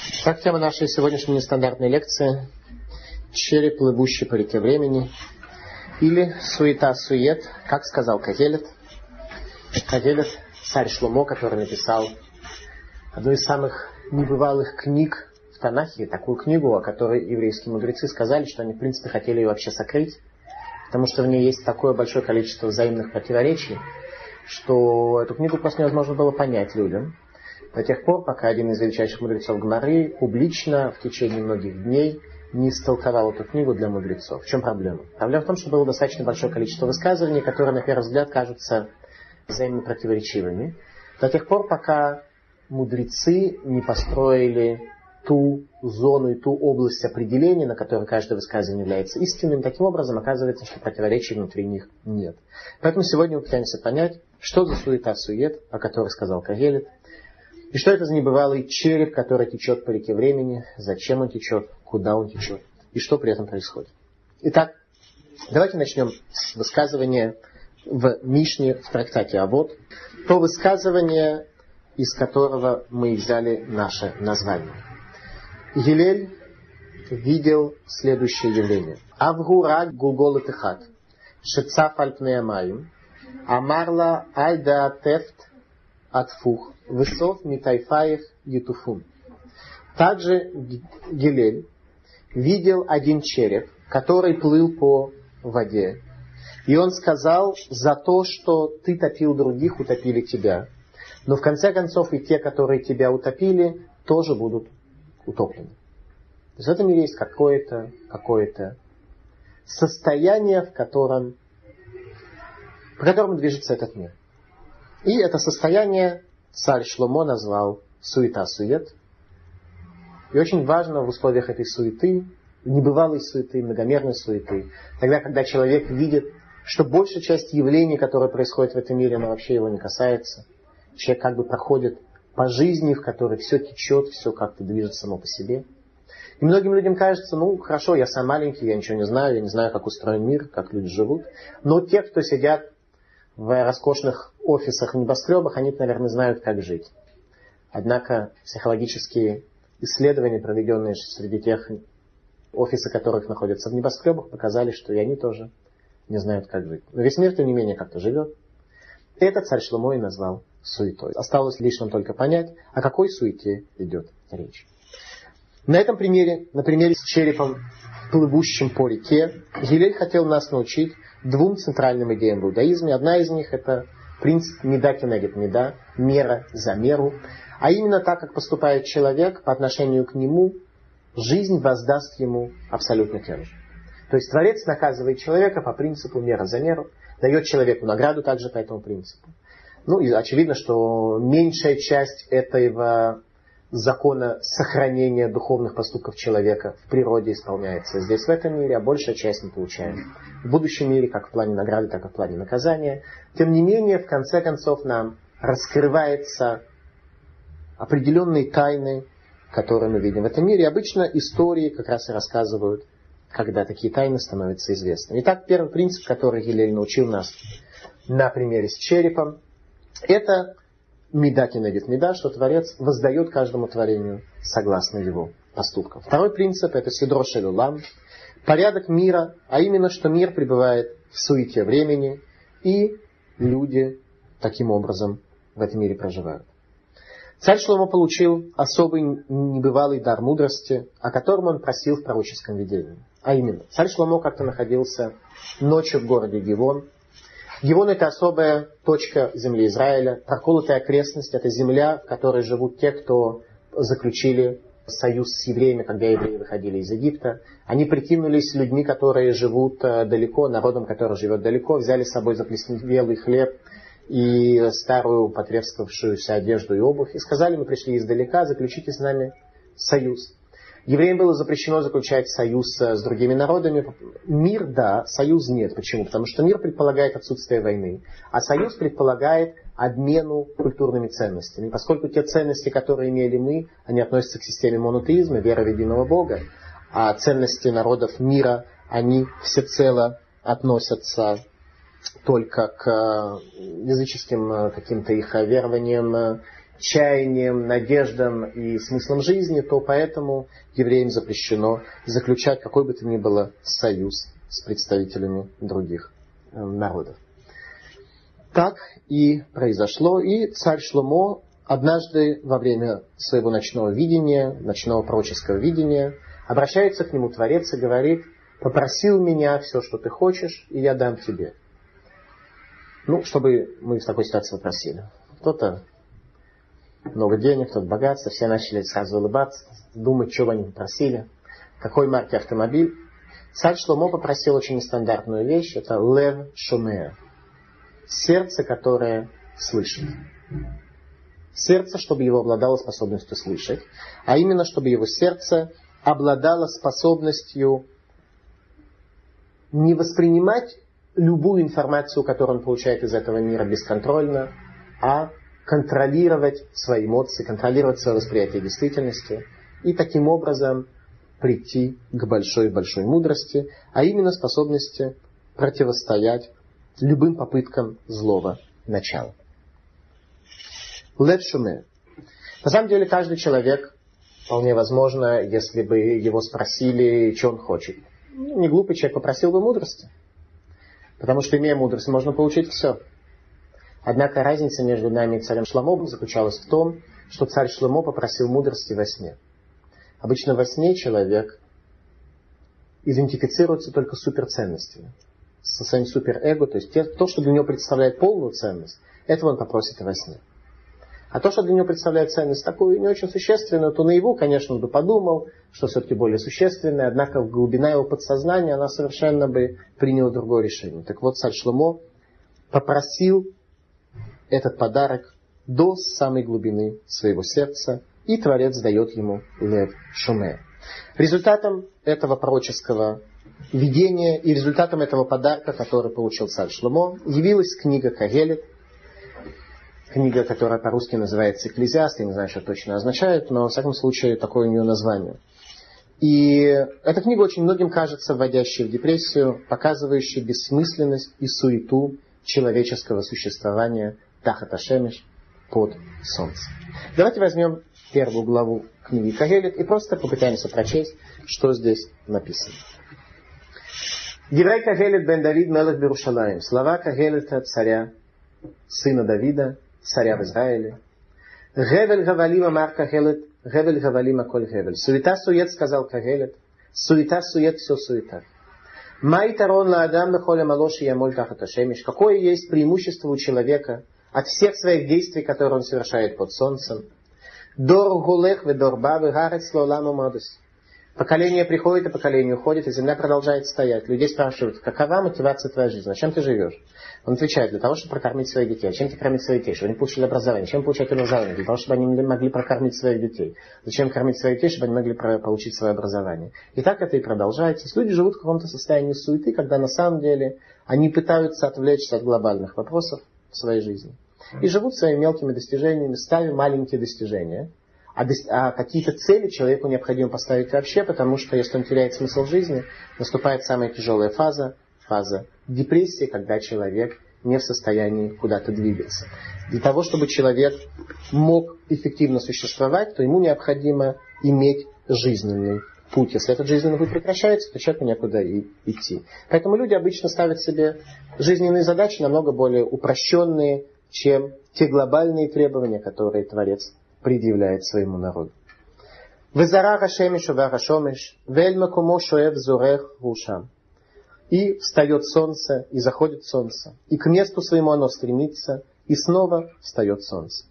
Так, тема нашей сегодняшней нестандартной лекции — череп, плывущий по реке времени, или суета-сует, как сказал Кагелет. Кагелет — царь Шломо, который написал одну из самых небывалых книг в Танахе, такую книгу, о которой еврейские мудрецы сказали, что они, в принципе, хотели ее вообще сокрыть, потому что в ней есть такое большое количество взаимных противоречий, что эту книгу просто невозможно было понять людям. До тех пор, пока один из величайших мудрецов Гмары публично в течение многих дней не истолковал эту книгу для мудрецов. В чем проблема? Проблема в том, что было достаточно большое количество высказываний, которые, на первый взгляд, кажутся взаимно противоречивыми. До тех пор, пока мудрецы не построили ту зону и ту область определения, на которой каждое высказывание является истинным. Таким образом, оказывается, что противоречий внутри них нет. Поэтому сегодня мы пытаемся понять, что за суета-сует, о которой сказал Кагелет, и что это за небывалый череп, который течет по реке времени, зачем он течет, куда он течет, и что при этом происходит. Итак, давайте начнем с высказывания в Мишне, в трактате Авот, то высказывание, из которого мы взяли наше название. Гилель видел следующее явление. Авгура гулгол этихат, шецаф альпнеямаим, амарла альда тефт атфух, высов митайфаев ютуфун. Также Гилель видел один череп, который плыл по воде. И он сказал: за то, что ты топил других, утопили тебя. Но в конце концов и те, которые тебя утопили, тоже будут утоплены. То есть в этом мире есть какое-то состояние, по которому движется этот мир. И это состояние царь Шломо назвал суета-сует. И очень важно в условиях этой суеты, небывалой суеты, многомерной суеты, тогда, когда человек видит, что большая часть явлений, которые происходят в этом мире, она вообще его не касается. Человек как бы проходит по жизни, в которой все течет, все как-то движется само по себе. И многим людям кажется: ну хорошо, я сам маленький, я ничего не знаю, я не знаю, как устроен мир, как люди живут. Но те, кто сидят в роскошных офисах, в небоскребах, они, наверное, знают, как жить. Однако психологические исследования, проведенные среди тех офисов, которых находятся в небоскребах, показали, что и они тоже не знают, как жить. Но весь мир, тем не менее, как-то живет. Это царь Шломо и назвал суетой. Осталось лишь нам только понять, о какой суете идет речь. На этом примере, на примере с черепом, плывущим по реке, Гилель хотел нас научить двум центральным идеям в иудаизме. Одна из них — это принцип «меда кенегет меда», мера за меру. А именно так, как поступает человек по отношению к нему, жизнь воздаст ему абсолютно тем же. То есть Творец наказывает человека по принципу мера за меру, дает человеку награду также по этому принципу. Ну и очевидно, что меньшая часть этого закона сохранения духовных поступков человека в природе исполняется здесь, в этом мире, а большая часть мы получаем в будущем мире, как в плане награды, так и в плане наказания. Тем не менее, в конце концов, нам раскрываются определенные тайны, которые мы видим в этом мире. И обычно истории как раз и рассказывают, когда такие тайны становятся известны. Итак, первый принцип, который Гилель научил нас на примере с черепом, это меда кенегет меда, что Творец воздает каждому творению согласно его поступкам. Второй принцип — это седро шель улам, порядок мира, а именно, что мир пребывает в суете времени, и люди таким образом в этом мире проживают. Царь Шломо получил особый небывалый дар мудрости, о котором он просил в пророческом видении. А именно, царь Шломо как-то находился ночью в городе Гивон. Гивон — это особая точка земли Израиля, проколотая окрестность, это земля, в которой живут те, кто заключили союз с евреями, когда евреи выходили из Египта. Они прикинулись людьми, которые живут далеко, народом, который живет далеко, взяли с собой заплесневелый хлеб и старую потрескавшуюся одежду и обувь, и сказали: мы пришли издалека, заключите с нами союз. Евреям было запрещено заключать союз с другими народами. Мир, да, союз нет. Почему? Потому что мир предполагает отсутствие войны, а союз предполагает обмену культурными ценностями. Поскольку те ценности, которые имели мы, они относятся к системе монотеизма, веры в единого Бога, а ценности народов мира, они всецело относятся только к языческим каким-то их верованиям, чаяниям, надеждам и смыслом жизни, то поэтому евреям запрещено заключать какой бы то ни было союз с представителями других народов. Так и произошло, и царь Шломо однажды во время своего ночного видения, ночного пророческого видения, обращается к нему Творец и говорит: «Попросил меня все, что ты хочешь, и я дам тебе». Чтобы мы в такой ситуации попросили. Кто-то много денег, кто-то богатство, все начали сразу улыбаться, думать, что бы они попросили, какой марки автомобиль. Царь Шломо попросил очень нестандартную вещь, это лев шомеа, сердце, которое слышит. Сердце, чтобы его обладало способностью слышать, а именно, чтобы его сердце обладало способностью не воспринимать любую информацию, которую он получает из этого мира бесконтрольно, а контролировать свои эмоции, контролировать свое восприятие действительности и таким образом прийти к большой-большой мудрости, а именно способности противостоять любым попыткам злого начала. Лев шуме. На самом деле каждый человек, вполне возможно, если бы его спросили, что он хочет, не глупый человек попросил бы мудрости. Потому что, имея мудрость, можно получить все. Однако разница между нами и царем Шломо заключалась в том, что царь Шломо попросил мудрости во сне. Обычно во сне человек идентифицируется только с суперценностями, со своим суперэго, то есть то, что для него представляет полную ценность, этого он попросит и во сне. А то, что для него представляет ценность такую не очень существенную, то наяву, конечно, он бы подумал, что все-таки более существенное, однако глубина его подсознания, она совершенно бы приняла другое решение. Так вот, царь Шломо попросил этот подарок до самой глубины своего сердца, и Творец дает ему лев шуме. Результатом этого пророческого видения и результатом этого подарка, который получил царь Шломо, явилась книга Кагелет, книга, которая по-русски называется «Экклезиаст», я не знаю, что точно означает, но, во всяком случае, такое у нее название. И эта книга очень многим кажется вводящей в депрессию, показывающей бессмысленность и суету человеческого существования тахат ашемеш, под солнцем. Давайте возьмем первую главу книги Кагелет и просто попытаемся прочесть, что здесь написано. Деврей Кагелет бен Давид мелех Берушалаим. Слова Кагелета, царя, сына Давида, царя в Израиле. Гевель Гавалим амар Кагелет, Гевель Гавалим аколь Гевель. Суета-сует, сказал Кагелет. Суета-сует, все суета. Майтарон ла-адам бехоле малоши ямоль тахат ашемеш. Какое есть преимущество у человека от всех своих действий, которые он совершает под солнцем? Дор гулех ве дорба ве гарец лоламу модус. Поколение приходит, и поколение уходит, и земля продолжает стоять. Людей спрашивают: какова мотивация твоей жизни? Зачем ты живешь? Он отвечает: для того, чтобы прокормить своих детей. А чем ты кормить своих детей? Чтобы они получили образование. Чем получать образование? Для того, чтобы они могли прокормить своих детей. Зачем кормить своих детей? Чтобы они могли получить свое образование. И так это и продолжается. Люди живут в каком-то состоянии суеты, когда на самом деле они пытаются отвлечься от глобальных вопросов в своей жизни. И живут своими мелкими достижениями, ставя маленькие достижения. А какие-то цели человеку необходимо поставить вообще, потому что если он теряет смысл жизни, наступает самая тяжелая фаза депрессии, когда человек не в состоянии куда-то двигаться. Для того, чтобы человек мог эффективно существовать, то ему необходимо иметь жизненный путь. Если этот жизненный путь прекращается, то человеку некуда и идти. Поэтому люди обычно ставят себе жизненные задачи намного более упрощенные, чем те глобальные требования, которые Творец предъявляет своему народу. И встает солнце, и заходит солнце, и к месту своему оно стремится, и снова встает солнце.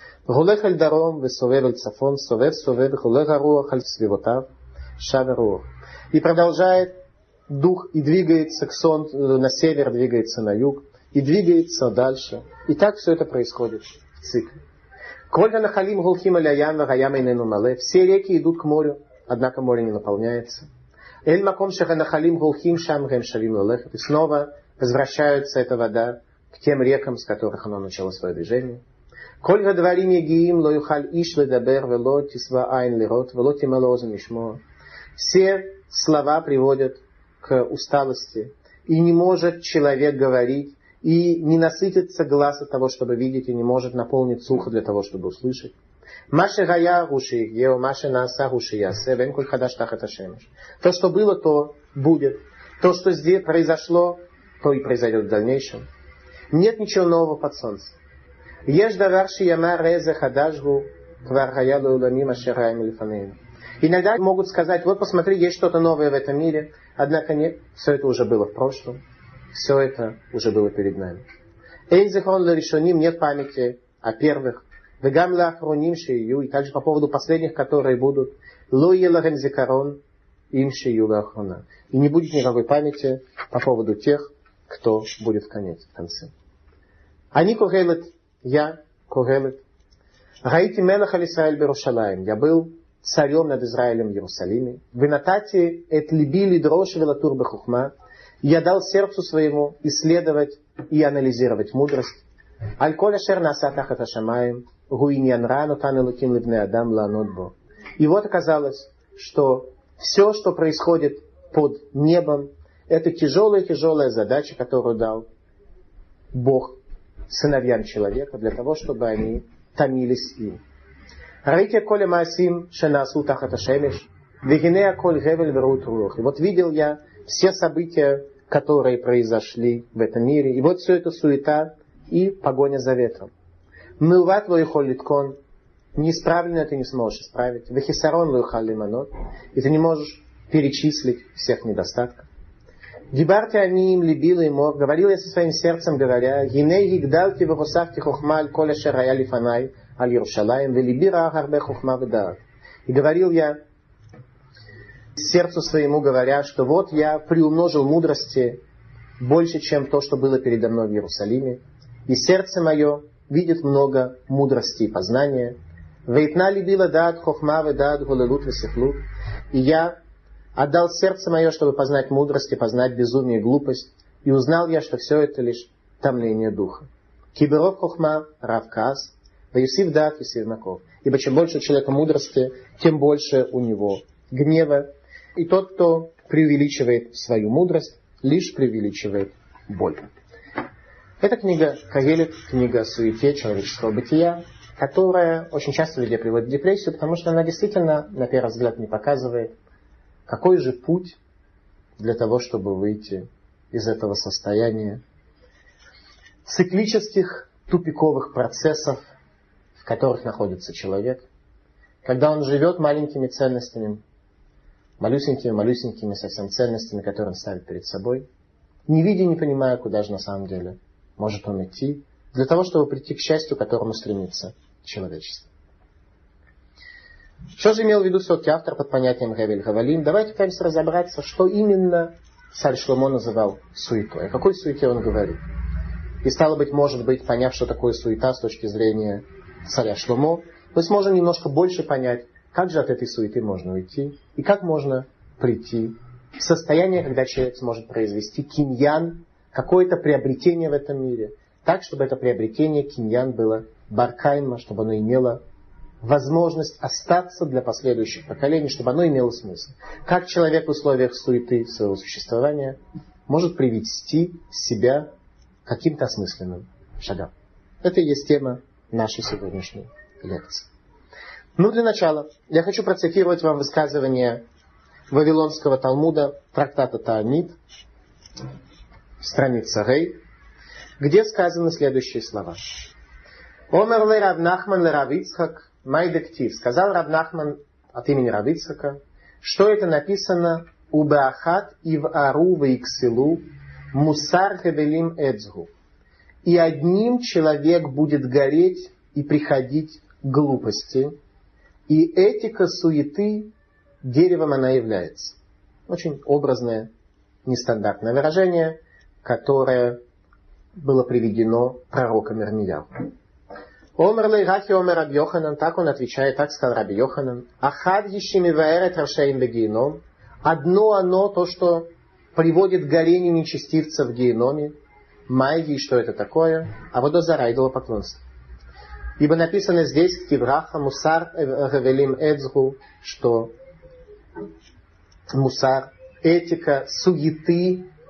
И продолжает дух, и двигается к солнцу, на север, двигается на юг, и двигается дальше. И так все это происходит в цикле. Все реки идут к морю, однако море не наполняется. И снова возвращается эта вода к тем рекам, с которых оно начало свое движение. Все слова приводят к усталости, и не может человек говорить, и не насытится глаз от того, чтобы видеть, и не может наполнить слуха для того, чтобы услышать. То, что было, то будет. То, что здесь произошло, то и произойдет в дальнейшем. Нет ничего нового под солнцем. Иногда могут сказать, вот посмотри, есть что-то новое в этом мире. Однако нет, все это уже было в прошлом. Все это уже было перед нами. Нет памяти о первых. И также по поводу последних, которые будут. И не будет никакой памяти по поводу тех, кто будет в конце. Они Когелет, я Когелет. Раити Мелах аль-Исраэль Берушалаим. Я был царем над Израилем в Иерусалиме. Винатати эт либи лидрош велатур бехухма. Я дал сердцу своему исследовать и анализировать мудрость. Аль-Коля шер насатах это шамаем. Гуиньян рану танелуким ливне адам ланотбо. И вот оказалось, что все, что происходит под небом, это тяжелая задача, которую дал Бог сыновьям человека для того, чтобы они томились им. Раите коля маасим шенасу тахата шемеш, вегинея коль гевель верут рух. И вот видел я все события, которые произошли в этом мире. И вот все это суета и погоня за ветром. Мылват лоихоль литкон. Неисправленно ты не сможешь исправить. Вехисарон лоихаль лиманот. И ты не можешь перечислить всех недостатков. Дибарти они им любила ему, говорил я со своим сердцем, говоря, «Гиней гигдалти вегусахти хохма аль коля шерая лифанай аль Иерушалаим велибира агарбе хохма ведаат». И говорил я сердцу своему, говоря, что вот я приумножил мудрости больше, чем то, что было передо мной в Иерусалиме. И сердце мое видит много мудрости и познания. «Вейтна любила даат хохма ведаат гулелут весихлут». И я отдал сердце мое, чтобы познать мудрость и познать безумие и глупость. И узнал я, что все это лишь томление духа. Киберов хохма равказ, ваюсив дат юсив наков. Ибо чем больше у человека мудрости, тем больше у него гнева. И тот, кто преувеличивает свою мудрость, лишь преувеличивает боль. Это книга Когелет, книга о суете человеческого бытия, которая очень часто людей приводит в депрессию, потому что она действительно, на первый взгляд, не показывает, какой же путь для того, чтобы выйти из этого состояния циклических тупиковых процессов, в которых находится человек, когда он живет маленькими ценностями, малюсенькими совсем ценностями, которые он ставит перед собой, не видя, не понимая, куда же на самом деле может он идти, для того, чтобы прийти к счастью, к которому стремится человечество. Что же имел в виду все-таки автор под понятием Гевель Гавалим? Давайте пытаемся разобраться, что именно царь Шломо называл суетой. О какой суете он говорит? И стало быть, может быть, поняв, что такое суета с точки зрения царя Шломо, мы сможем немножко больше понять, как же от этой суеты можно уйти, и как можно прийти в состояние, когда человек сможет произвести киньян, какое-то приобретение в этом мире, так, чтобы это приобретение киньян было баркайма, чтобы оно имело возможность остаться для последующих поколений, чтобы оно имело смысл. Как человек в условиях суеты своего существования может привести себя к каким-то осмысленным шагам. Это и есть тема нашей сегодняшней лекции. Для начала я хочу процитировать вам высказывание Вавилонского Талмуда, трактата Таанит, страница Рей, где сказаны следующие слова. Омер ле Рав Нахман ле Рав Ицхак Майдектив. Сказал Рав Нахман от имени Рав Ицхака, что это написано Убеахат ив ару вейксилу мусар хевелим эцгу. И одним человек будет гореть и приходить к глупости, и этика суеты деревом она является. Очень образное, нестандартное выражение, которое было приведено пророком Ирмияу. Омер лей рахи омер Раби Йоханан, так он отвечает, так сказал Раби Йоханан. Ахад ешими ваэрет рашаим бегеном. Одно оно, то, что приводит к горению нечестивца в геноме. Майги, что это такое? А водозара, идолопоклонство. Ибо написано здесь, Кивраха, мусар гавелим эцгу, что мусар, этика, суеты,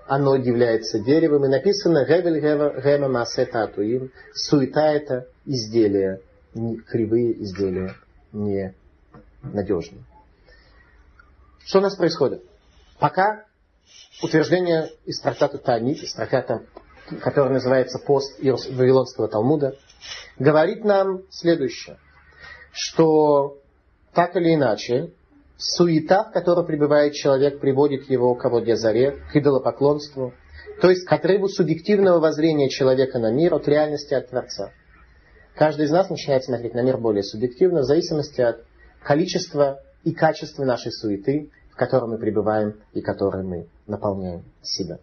оно является деревом. И написано «Гевель гема маасе таатуим». Суета — это изделия, кривые изделия, не надежные. Что у нас происходит? Пока утверждение из трактата Таанит, из трактата, который называется «Пост Вавилонского Талмуда», говорит нам следующее, что так или иначе суета, в которой пребывает человек, приводит его к аводья-заре, к идолопоклонству, то есть к отрыву субъективного воззрения человека на мир от реальности, от Творца. Каждый из нас начинает смотреть на мир более субъективно, в зависимости от количества и качества нашей суеты, в которой мы пребываем и которой мы наполняем себя.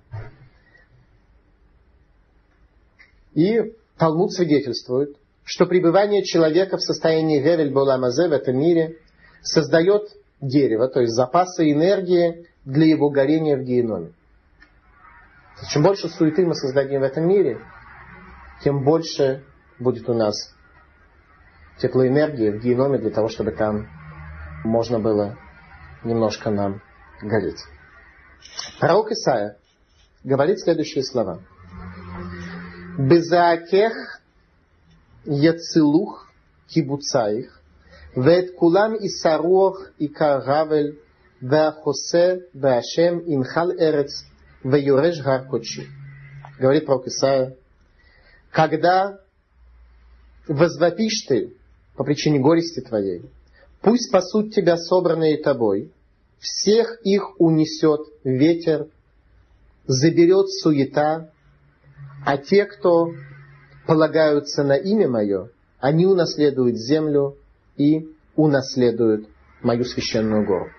И Талмуд свидетельствует, что пребывание человека в состоянии гевель болам азе, в этом мире, создает дерево, то есть запасы энергии для его горения в геноме. Чем больше суеты мы создадим в этом мире, тем больше будет у нас теплоэнергии в геноме для того, чтобы там можно было немножко нам гореть. Пророк Исаия говорит следующие слова. «Безаакех яцилух кибуцаих, вет кулам исаруах и каравель, веахосе веашем инхал эрец, веюреш гар кочи». Говорит пророк Исаия, когда возвопишь ты по причине горести твоей, пусть спасут тебя собранные тобой, всех их унесет ветер, заберет суета, а те, кто полагаются на имя мое, они унаследуют землю и унаследуют мою священную гору.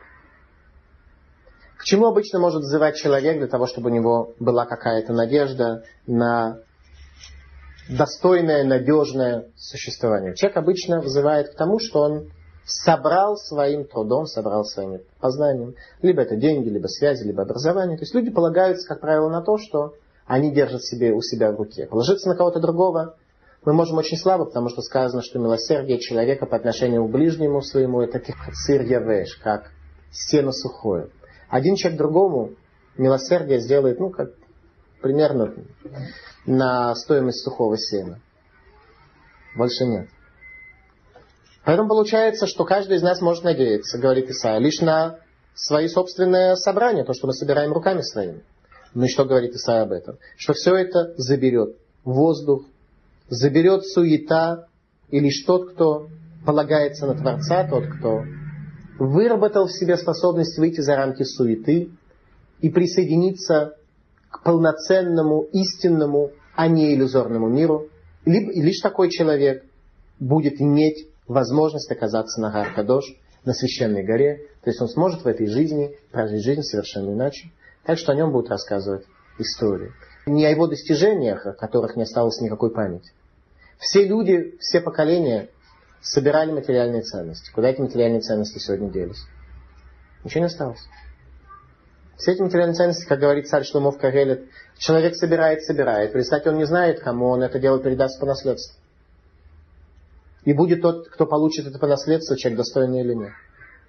К чему обычно может взывать человек для того, чтобы у него была какая-то надежда на достойное, надежное существование? Человек обычно взывает к тому, что он собрал своим трудом, собрал своим познанием. Либо это деньги, либо связи, либо образование. То есть люди полагаются, как правило, на то, что они держат себе у себя в руке. Положиться на кого-то другого мы можем очень слабо, потому что сказано, что милосердие человека по отношению к ближнему своему это как сыр явеш, как сено сухое. Один человек другому милосердие сделает, как примерно на стоимость сухого сена. Больше нет. Поэтому получается, что каждый из нас может надеяться, говорит Исаия, лишь на свои собственные собрания, то, что мы собираем руками своими. Ну и что говорит Исаия об этом? Что все это заберет воздух, заберет суета, и лишь тот, кто полагается на Творца, тот, кто выработал в себе способность выйти за рамки суеты и присоединиться к полноценному, истинному, а не иллюзорному миру, лишь такой человек будет иметь возможность оказаться на Гар-Кадош, на священной горе, то есть он сможет в этой жизни прожить жизнь совершенно иначе. Так что о нем будут рассказывать истории. Не о его достижениях, о которых не осталось никакой памяти. Все люди, все поколения собирали материальные ценности. Куда эти материальные ценности сегодня делись? Ничего не осталось. Все эти материальные ценности, как говорит царь Шломо в Кагелет, человек собирает. В результате он не знает, кому он это дело передаст по наследству. И будет тот, кто получит это по наследству, человек достойный или нет.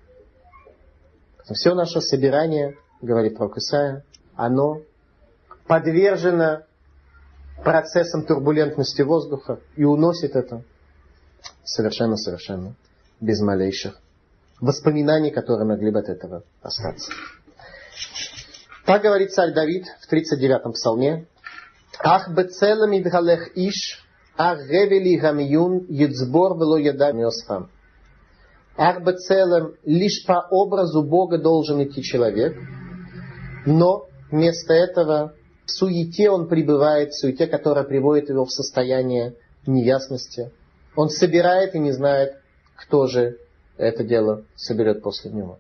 Все наше собирание, говорит пророк Исаия, оно подвержено процессам турбулентности воздуха и уносит это совершенно без малейших воспоминаний, которые могли бы от этого остаться. Так говорит царь Давид в 39-м псалме. «Ах бецелем идгалех иш, ах гевели гамиюн, едсбор вело яда мёсфам». Ах бецелем, лишь по образу Бога должен идти человек, но вместо этого в суете он пребывает, в суете, которая приводит его в состояние неясности. Он собирает и не знает, кто же это дело соберет после него.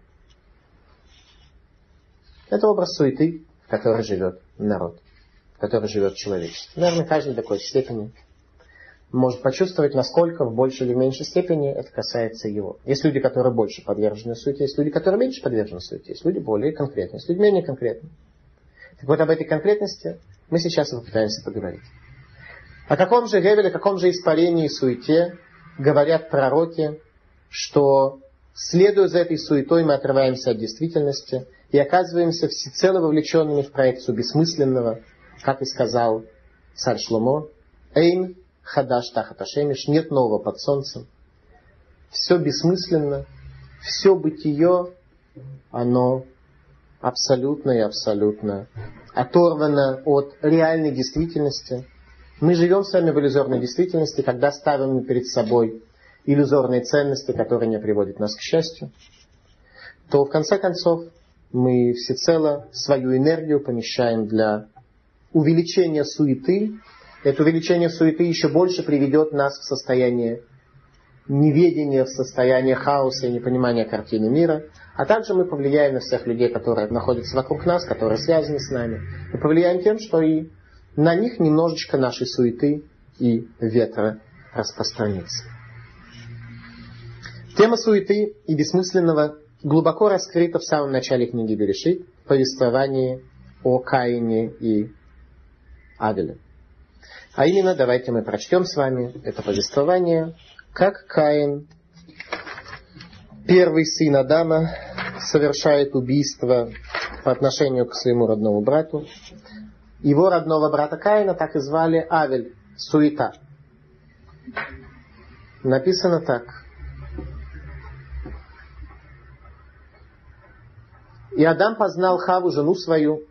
Это образ суеты, в которой живет народ, в которой живет человечество. Наверное, каждый в такой степени может почувствовать, насколько в большей или меньшей степени это касается его. Есть люди, которые больше подвержены суете, есть люди, которые меньше подвержены суете, есть люди более конкретные, есть люди менее конкретные. Так вот, об этой конкретности мы сейчас и попытаемся поговорить. О каком же гевеле, о каком же испарении и суете говорят пророки, что следуя за этой суетой, мы отрываемся от действительности и оказываемся всецело вовлеченными в проекцию бессмысленного, как и сказал царь Шломо, «Эйн хадаш тахат ашемиш», нет нового под солнцем. Все бессмысленно, все бытие, оно абсолютно и абсолютно оторвано от реальной действительности. Мы живем с вами в иллюзорной действительности, когда ставим перед собой иллюзорные ценности, которые не приводят нас к счастью, то в конце концов мы всецело свою энергию помещаем для увеличения суеты. Это увеличение суеты еще больше приведет нас в состояние неведения, в состояние хаоса и непонимания картины мира. А также мы повлияем на всех людей, которые находятся вокруг нас, которые связаны с нами. Мы повлияем тем, что и на них немножечко нашей суеты и ветра распространится. Тема суеты и бессмысленного глубоко раскрыта в самом начале книги Берешит, в повествовании о Каине и Авеле. А именно, давайте мы прочтем с вами это повествование, как Каин, первый сын Адама, совершает убийство по отношению к своему родному брату. Его родного брата Каина так и звали Авель, суета. Написано так. И Адам познал Хаву, жену свою.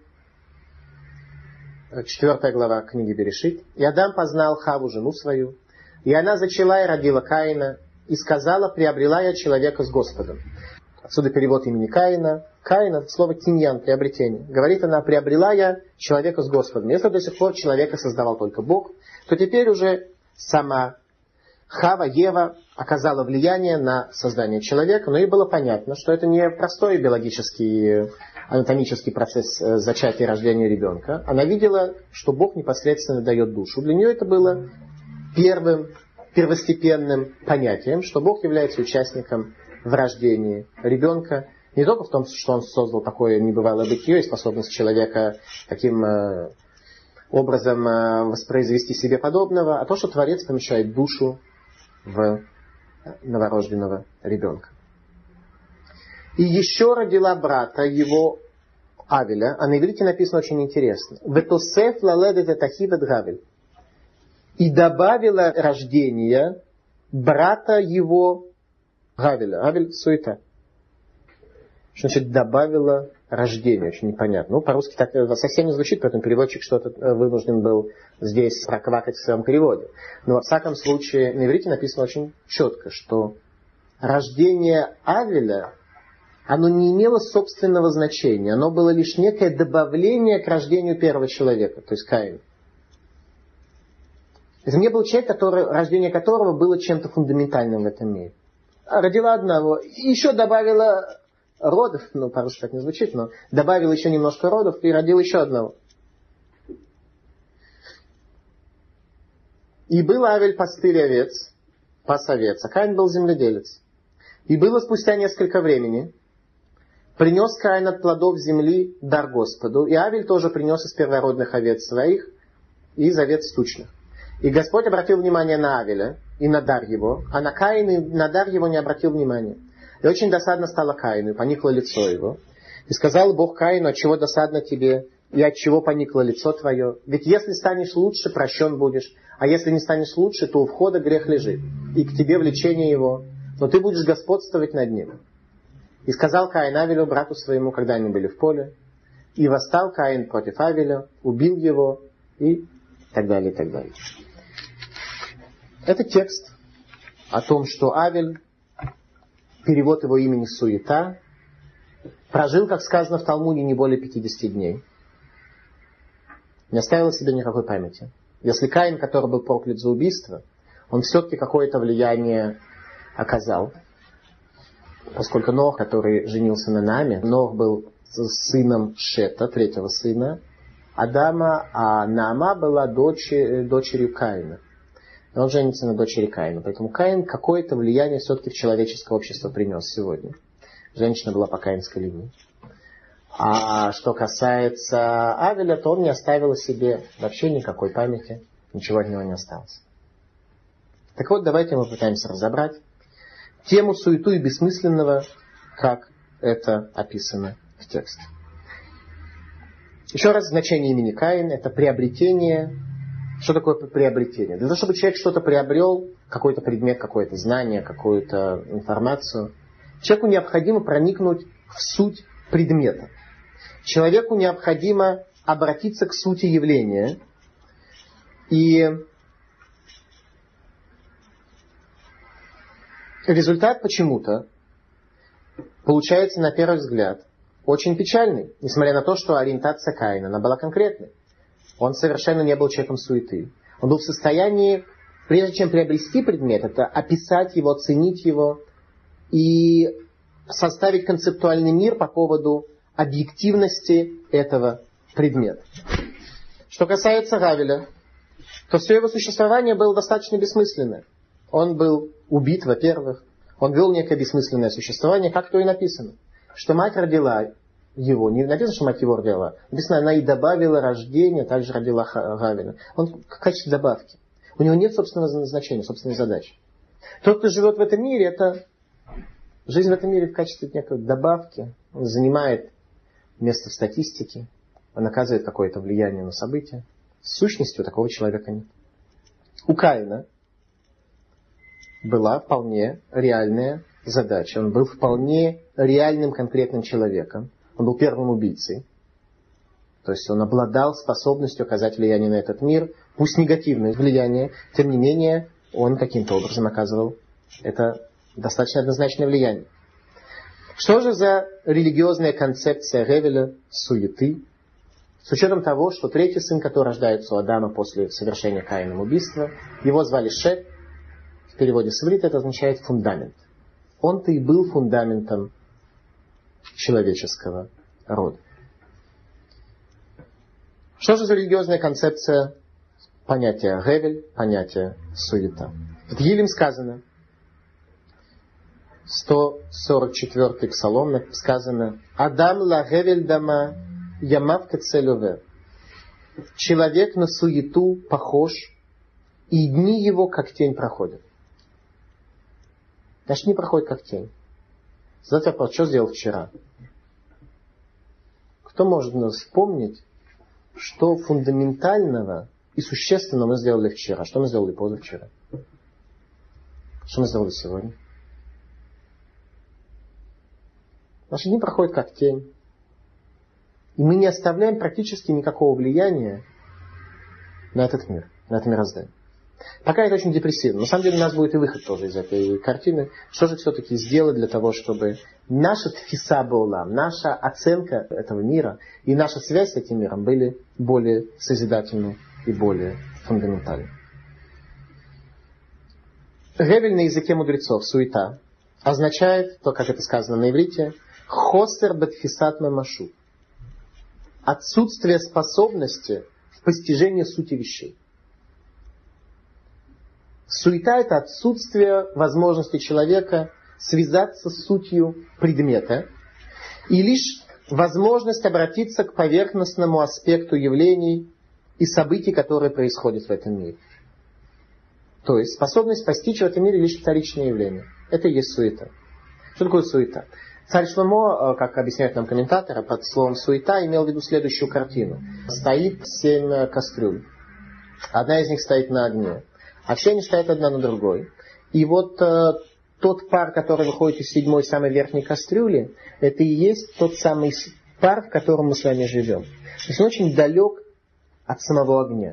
4 глава книги Берешит. И Адам познал Хаву, жену свою. И она зачала и родила Каина. И сказала, приобрела я человека с Господом. Отсюда перевод имени Каина. Каин — это слово киньян, приобретение. Говорит она, приобрела я человека с Господом. Если до сих пор человека создавал только Бог, то теперь уже сама Хава, Ева, оказала влияние на создание человека, но ей было понятно, что это не простой биологический, анатомический процесс зачатия и рождения ребенка. Она видела, что Бог непосредственно дает душу. Для нее это было первостепенным понятием, что Бог является участником в рождении ребенка. Не только в том, что Он создал такое небывалое бытие и способность человека таким образом воспроизвести себе подобного, а то, что Творец помещает душу в новорожденного ребенка. И еще родила брата его Авеля, а на иврите написано очень интересно. «Ветосеф лаледет этахивет Гавель». И добавила рождение брата его Гавеля. Гавель — суета. Что значит добавила рождение? Очень непонятно. Ну, по-русски так совсем не звучит, поэтому переводчик что-то вынужден был здесь проквакать в своем переводе. Но во всяком случае на иврите написано очень четко, что рождение Авеля, оно не имело собственного значения. Оно было лишь некое добавление к рождению первого человека, то есть Каина. Это не был человек, рождение которого было чем-то фундаментальным в этом мире. Родила одного, и еще добавила родов, ну, по-русски так не звучит, но добавил еще немножко родов и родил еще одного. И был Авель пастырь овец, пас овец, а Каин был земледелец. И было спустя несколько времени, принес Каин от плодов земли дар Господу, и Авель тоже принес из первородных овец своих и из овец тучных. И Господь обратил внимание на Авеля и на дар его, а на Каина и на дар его не обратил внимания. И очень досадно стало Каину, и поникло лицо его. И сказал Бог Каину, отчего досадно тебе, и отчего поникло лицо твое? Ведь если станешь лучше, прощен будешь, а если не станешь лучше, то у входа грех лежит, и к тебе влечение его, но ты будешь господствовать над ним. И сказал Каин Авелю, брату своему, когда они были в поле, и восстал Каин против Авеля, убил его, и так далее, и так далее. Это текст о том, что Авель, перевод его имени суета, прожил, как сказано в Талмуде, не более 50 дней. Не оставил себе никакой памяти. Если Каин, который был проклят за убийство, он все-таки какое-то влияние оказал. Поскольку Нох, который женился на Нааме, Нох был сыном Шета, третьего сына Адама, а Наама была дочерью Каина. И он женится на дочери Каина. Поэтому Каин какое-то влияние все-таки в человеческое общество принес сегодня. Женщина была по каинской линии. А что касается Авеля, то он не оставил себе вообще никакой памяти. Ничего от него не осталось. Так вот, давайте мы попытаемся разобрать, тему суету и бессмысленного, как это описано в тексте. Еще раз, значение имени Каин — это приобретение. Что такое приобретение? Для того, чтобы человек что-то приобрел, какой-то предмет, какое-то знание, какую-то информацию, человеку необходимо проникнуть в суть предмета. Человеку необходимо обратиться к сути явления. И результат почему-то получается, на первый взгляд, очень печальный, несмотря на то, что ориентация Каина, она была конкретной. Он совершенно не был человеком суеты. Он был в состоянии, прежде чем приобрести предмет, это описать его, оценить его и составить концептуальный мир по поводу объективности этого предмета. Что касается Гавеля, то все его существование было достаточно бессмысленное. Он был убит, во-первых. Он вел некое бессмысленное существование, как то и написано. Что мать родила его. Не написано, что мать его родила. Написано, она и добавила рождение, также родила Гавеля. Он в качестве добавки. У него нет собственного назначения, собственной задачи. Тот, кто живет в этом мире, это жизнь в этом мире в качестве некой добавки. Он занимает место в статистике. Он оказывает какое-то влияние на события. С сущностью такого человека нет. У Каина была вполне реальная задача. Он был вполне реальным конкретным человеком. Он был первым убийцей. То есть он обладал способностью оказать влияние на этот мир, пусть негативное влияние, тем не менее он каким-то образом оказывал это достаточно однозначное влияние. Что же за религиозная концепция Гевеля суеты? С учетом того, что третий сын, который рождается у Адама после совершения Каином убийства, его звали Шет. В переводе с иврита это означает фундамент. Он-то и был фундаментом человеческого рода. Что же за религиозная концепция понятия Гевель, понятия суета? В Тилим сказано, 144-й псалом сказано: «Адам ла Гевель дама ямав кецелювер». Человек на суету похож, и дни его как тень проходят. Значит, не проходит как тень. Задайте вопрос, что сделал вчера? Кто может вспомнить, что фундаментального и существенного мы сделали вчера? Что мы сделали позавчера? Что мы сделали сегодня? Наши дни проходят как тень. И мы не оставляем практически никакого влияния на этот мир, на это мироздание. Пока это очень депрессивно. На самом деле у нас будет и выход тоже из этой картины. Что же все-таки сделать для того, чтобы наша тфиса баулам, наша оценка этого мира и наша связь с этим миром были более созидательны и более фундаментальны. Гевель на языке мудрецов, суета, означает, то, как это сказано на иврите, хосер бетфисат мамашу. Отсутствие способности в постижении сути вещей. Суета — это отсутствие возможности человека связаться с сутью предмета и лишь возможность обратиться к поверхностному аспекту явлений и событий, которые происходят в этом мире. То есть способность постичь в этом мире лишь вторичные явления. Это и есть суета. Что такое суета? Царь Шломо, как объясняют нам комментаторы, под словом суета имел в виду следующую картину. Стоит 7 кастрюль. Одна из них стоит на огне. А все они стоят одна на другой. И вот тот пар, который выходит из 7-й, самой верхней кастрюли, это и есть тот самый пар, в котором мы с вами живем. То есть он очень далек от самого огня.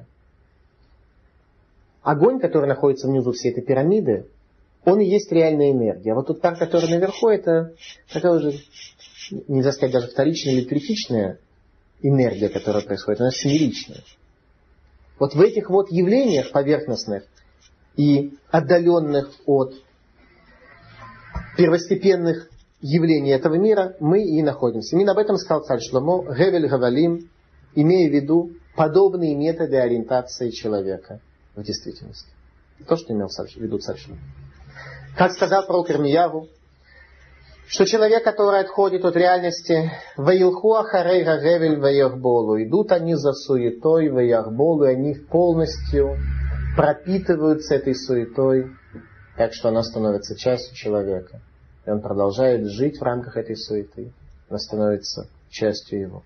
Огонь, который находится внизу всей этой пирамиды, он и есть реальная энергия. А вот тот пар, который наверху, это такая уже, нельзя сказать, даже вторичная или третичная энергия, которая происходит. Она семеричная. Вот в этих вот явлениях поверхностных и отдаленных от первостепенных явлений этого мира мы и находимся. Именно об этом сказал царь Шломо: Гевель Гавалим, имея в виду подобные методы ориентации человека в действительности. То, что имел в виду царь Шломо. Как сказал пророк Ирмияву, что человек, который отходит от реальности, «Ваилху ахарей гагевель ваяхболу», идут они за суетой ваяхболу, и они полностью пропитываются этой суетой, так что она становится частью человека. И он продолжает жить в рамках этой суеты. Она становится частью его.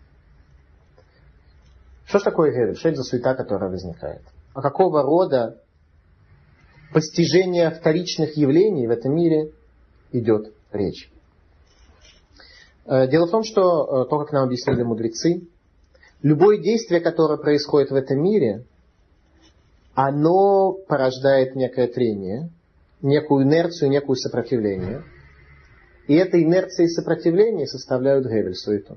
Что ж такое гевель? Что это за суета, которая возникает? О какого рода постижение вторичных явлений в этом мире идет речь? Дело в том, что, то, как нам объяснили мудрецы, любое действие, которое происходит в этом мире, оно порождает некое трение, некую инерцию, некую сопротивление. И эта инерция и сопротивление составляют гевель, суету.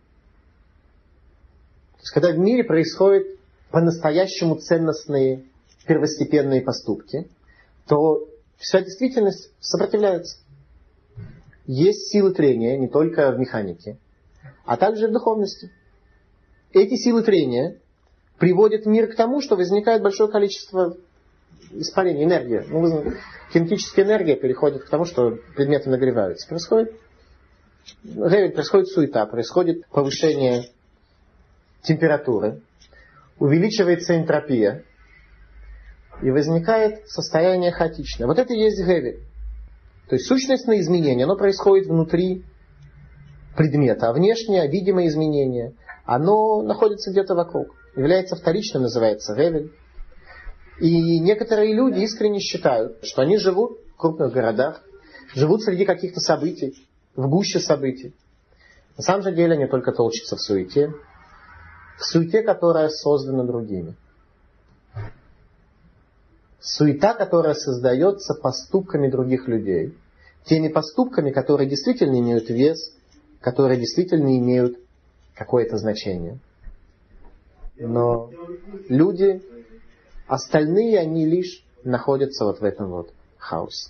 То есть, когда в мире происходят по-настоящему ценностные первостепенные поступки, то вся действительность сопротивляется. Есть силы трения не только в механике, а также в духовности. Эти силы трения приводят мир к тому, что возникает большое количество испарений, энергии. Кинетическая энергия переходит к тому, что предметы нагреваются. Происходит суета, происходит повышение температуры, увеличивается энтропия, и возникает состояние хаотичное. Вот это и есть гевель. То есть сущностное изменение, оно происходит внутри предмета, а внешнее, видимое изменение, оно находится где-то вокруг. Является вторичным, называется гевель. И некоторые люди искренне считают, что они живут в крупных городах, живут среди каких-то событий, в гуще событий. На самом же деле они только толчатся в суете, которая создана другими. Суета, которая создается поступками других людей. Теми поступками, которые действительно имеют вес, которые действительно имеют какое-то значение. Но люди, остальные, они лишь находятся вот в этом вот хаосе.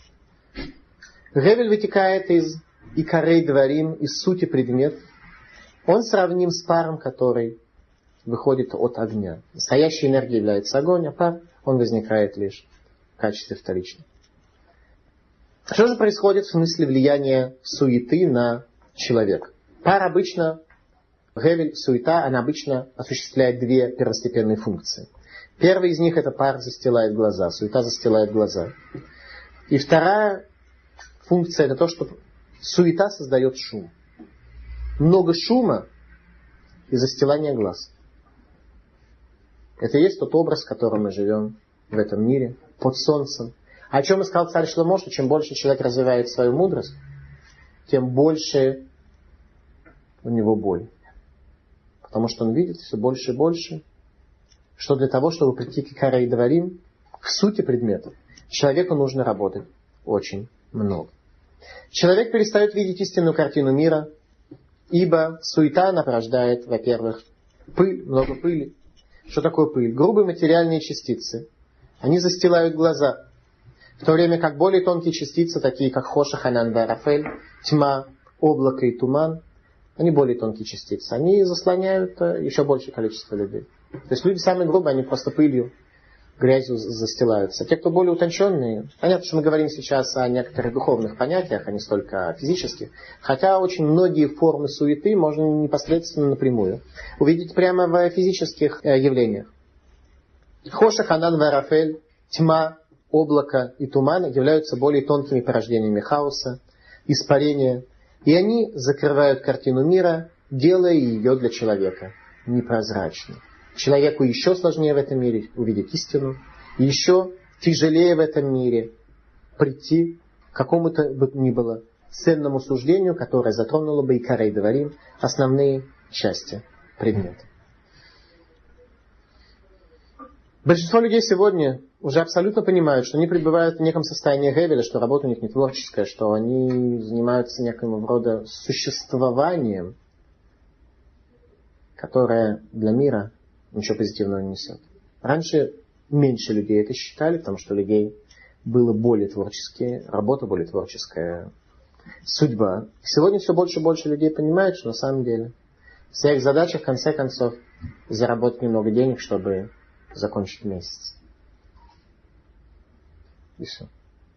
Гевель вытекает из икарей дварим, из сути предмет. Он сравним с паром, который выходит от огня. Настоящей энергией является огонь, а пар, он возникает лишь в качестве вторичного. Что же происходит в смысле влияния суеты на человека? Пар обычно, гевель, суета, она обычно осуществляет две первостепенные функции. Первая из них — это пар застилает глаза, суета застилает глаза. И вторая функция — это то, что суета создает шум. Много шума и застилания глаз. Это и есть тот образ, в котором мы живем в этом мире, под солнцем. А о чем и сказал царь Шломо, что чем больше человек развивает свою мудрость, тем больше у него боль. Потому что он видит все больше и больше, что для того, чтобы прийти к икарей дварим, к сути предметов, человеку нужно работать очень много. Человек перестает видеть истинную картину мира, ибо суета она порождает, во-первых, пыль, много пыли. Что такое пыль? Грубые материальные частицы. Они застилают глаза. В то время как более тонкие частицы, такие как хоша, ханан, варафель, тьма, облако и туман, они более тонкие частицы. Они заслоняют еще большее количество людей. То есть люди самые грубые, они просто пылью, грязью застилаются. Те, кто более утонченные, понятно, что мы говорим сейчас о некоторых духовных понятиях, а не столько о физических. Хотя очень многие формы суеты можно непосредственно напрямую увидеть прямо в физических явлениях. Хоша, ханан, варафель, тьма, облако и туман являются более тонкими порождениями хаоса, испарения. И они закрывают картину мира, делая ее для человека непрозрачной. Человеку еще сложнее в этом мире увидеть истину, еще тяжелее в этом мире прийти к какому-то бы ни было ценному суждению, которое затронуло бы икарей дварим, основные части предмета. Большинство людей сегодня уже абсолютно понимают, что они пребывают в неком состоянии гевеля, что работа у них не творческая, что они занимаются неким рода существованием, которое для мира ничего позитивного не несет. Раньше меньше людей это считали, потому что у людей было более творческие, работа более творческая, судьба. Сегодня все больше и больше людей понимают, что на самом деле вся их задача в конце концов заработать немного денег, чтобы закончить месяц. И все.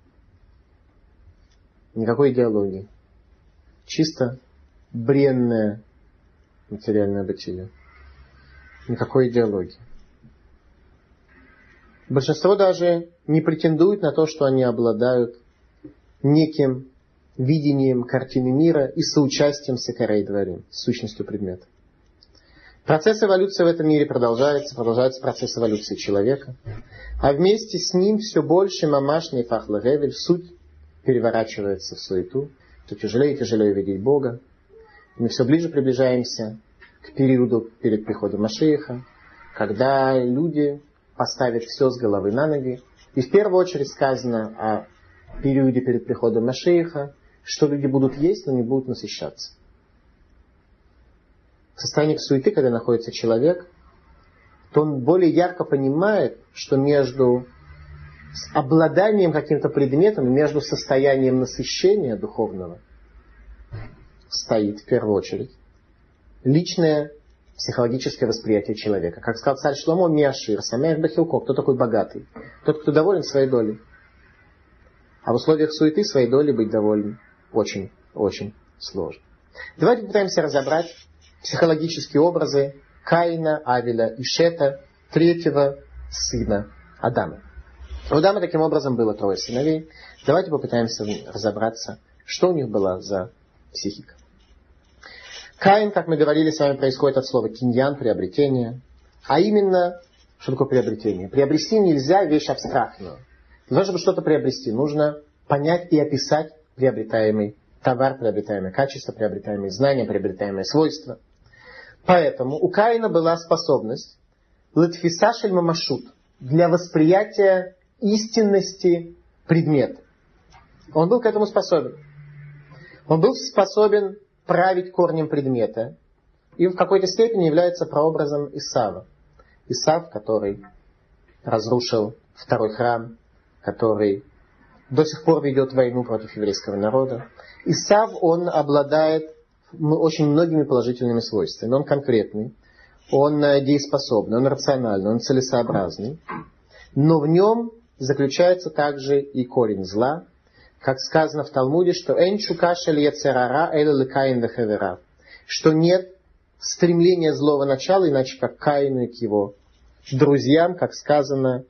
Никакой идеологии. Чисто бренное материальное бытие. Никакой идеологии. Большинство даже не претендуют на то, что они обладают неким видением картины мира и соучастием с икарей дворим, с сущностью предмета. Процесс эволюции в этом мире продолжается процесс эволюции человека, а вместе с ним все больше мамашный фахлагевель, суть переворачивается в суету, то тяжелее и тяжелее видеть Бога. Мы все ближе приближаемся к периоду перед приходом Машиаха, когда люди поставят все с головы на ноги. И в первую очередь сказано о периоде перед приходом Машиаха, что люди будут есть, но не будут насыщаться. В состоянии суеты, когда находится человек, то он более ярко понимает, что между обладанием каким-то предметом и между состоянием насыщения духовного стоит в первую очередь личное психологическое восприятие человека. Как сказал царь Шломо, Миашир, Самех Бахилко, кто такой богатый? Тот, кто доволен своей долей. А в условиях суеты своей долей быть довольным очень, очень сложно. Давайте попытаемся разобрать психологические образы Каина, Авеля и Шета, третьего сына Адама. У Адама таким образом было 3 сыновей. Давайте попытаемся разобраться, что у них была за психика. Каин, как мы говорили с вами, происходит от слова киньян, приобретение. А именно, что такое приобретение? Приобрести нельзя вещь абстрактную. Для того, чтобы что-то приобрести, нужно понять и описать приобретаемый товар, приобретаемое качество, приобретаемые знания, приобретаемые свойства. Поэтому у Каина была способность латфиса шель мамашут, для восприятия истинности предмета. Он был к этому способен. Он был способен править корнем предмета и в какой-то степени является прообразом Исава. Исав, который разрушил второй храм, который до сих пор ведет войну против еврейского народа. Исав, он обладает очень многими положительными свойствами. Он конкретный, он дееспособный, он рациональный, он целесообразный. Но в нем заключается также и корень зла, как сказано в Талмуде, что что нет стремления злого начала, иначе как Каину и к его друзьям, как сказано,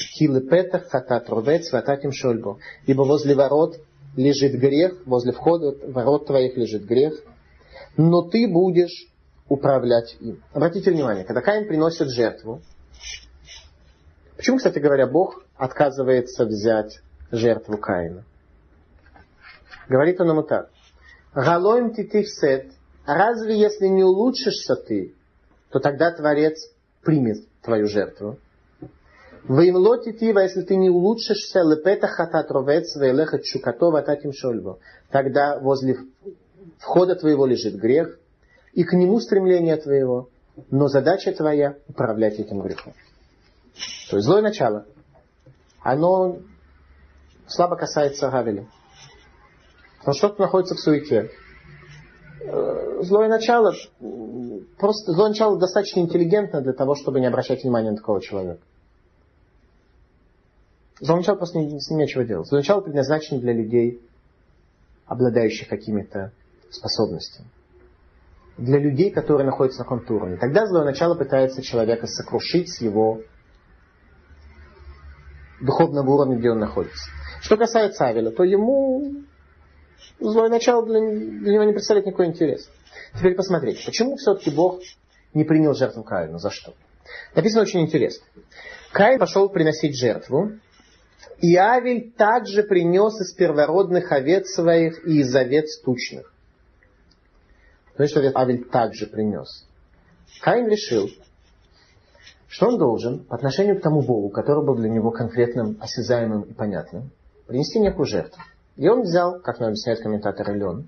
ибо возле ворот лежит грех, возле входа ворот твоих лежит грех, но ты будешь управлять им. Обратите внимание, когда Каин приносит жертву, почему, кстати говоря, Бог отказывается взять жертву Каина? Говорит он ему так. Галоим титивсет, разве если не улучшишься ты, то тогда Творец примет твою жертву. Ваимло титива, если ты не улучшишься, лепета хатат ровец вейлехат шукато вататим шольбо, тогда возле входа твоего лежит грех, и к нему стремление твоего, но задача твоя управлять этим грехом. То есть злое начало, оно слабо касается Авеля. Потому что что-то находится в суете. Злое начало достаточно интеллигентно для того, чтобы не обращать внимания на такого человека. Злое начало просто с ним нечего делать. Злое начало предназначено для людей, обладающих какими-то способностями. Для людей, которые находятся на каком-то уровне. Тогда злое начало пытается человека сокрушить с его духовного уровня, где он находится. Что касается Авеля, то ему злое начало для него не представляет никакой интерес. Теперь посмотрите, почему все-таки Бог не принял жертву Каину? За что? Написано очень интересно. Каин пошел приносить жертву, и Авель также принес из первородных овец своих и из овец тучных. То есть, что Авель также принес. Каин решил, что он должен по отношению к тому Богу, который был для него конкретным, осязаемым и понятным, принести некую жертву. И он взял, как нам объясняет комментатор, лен.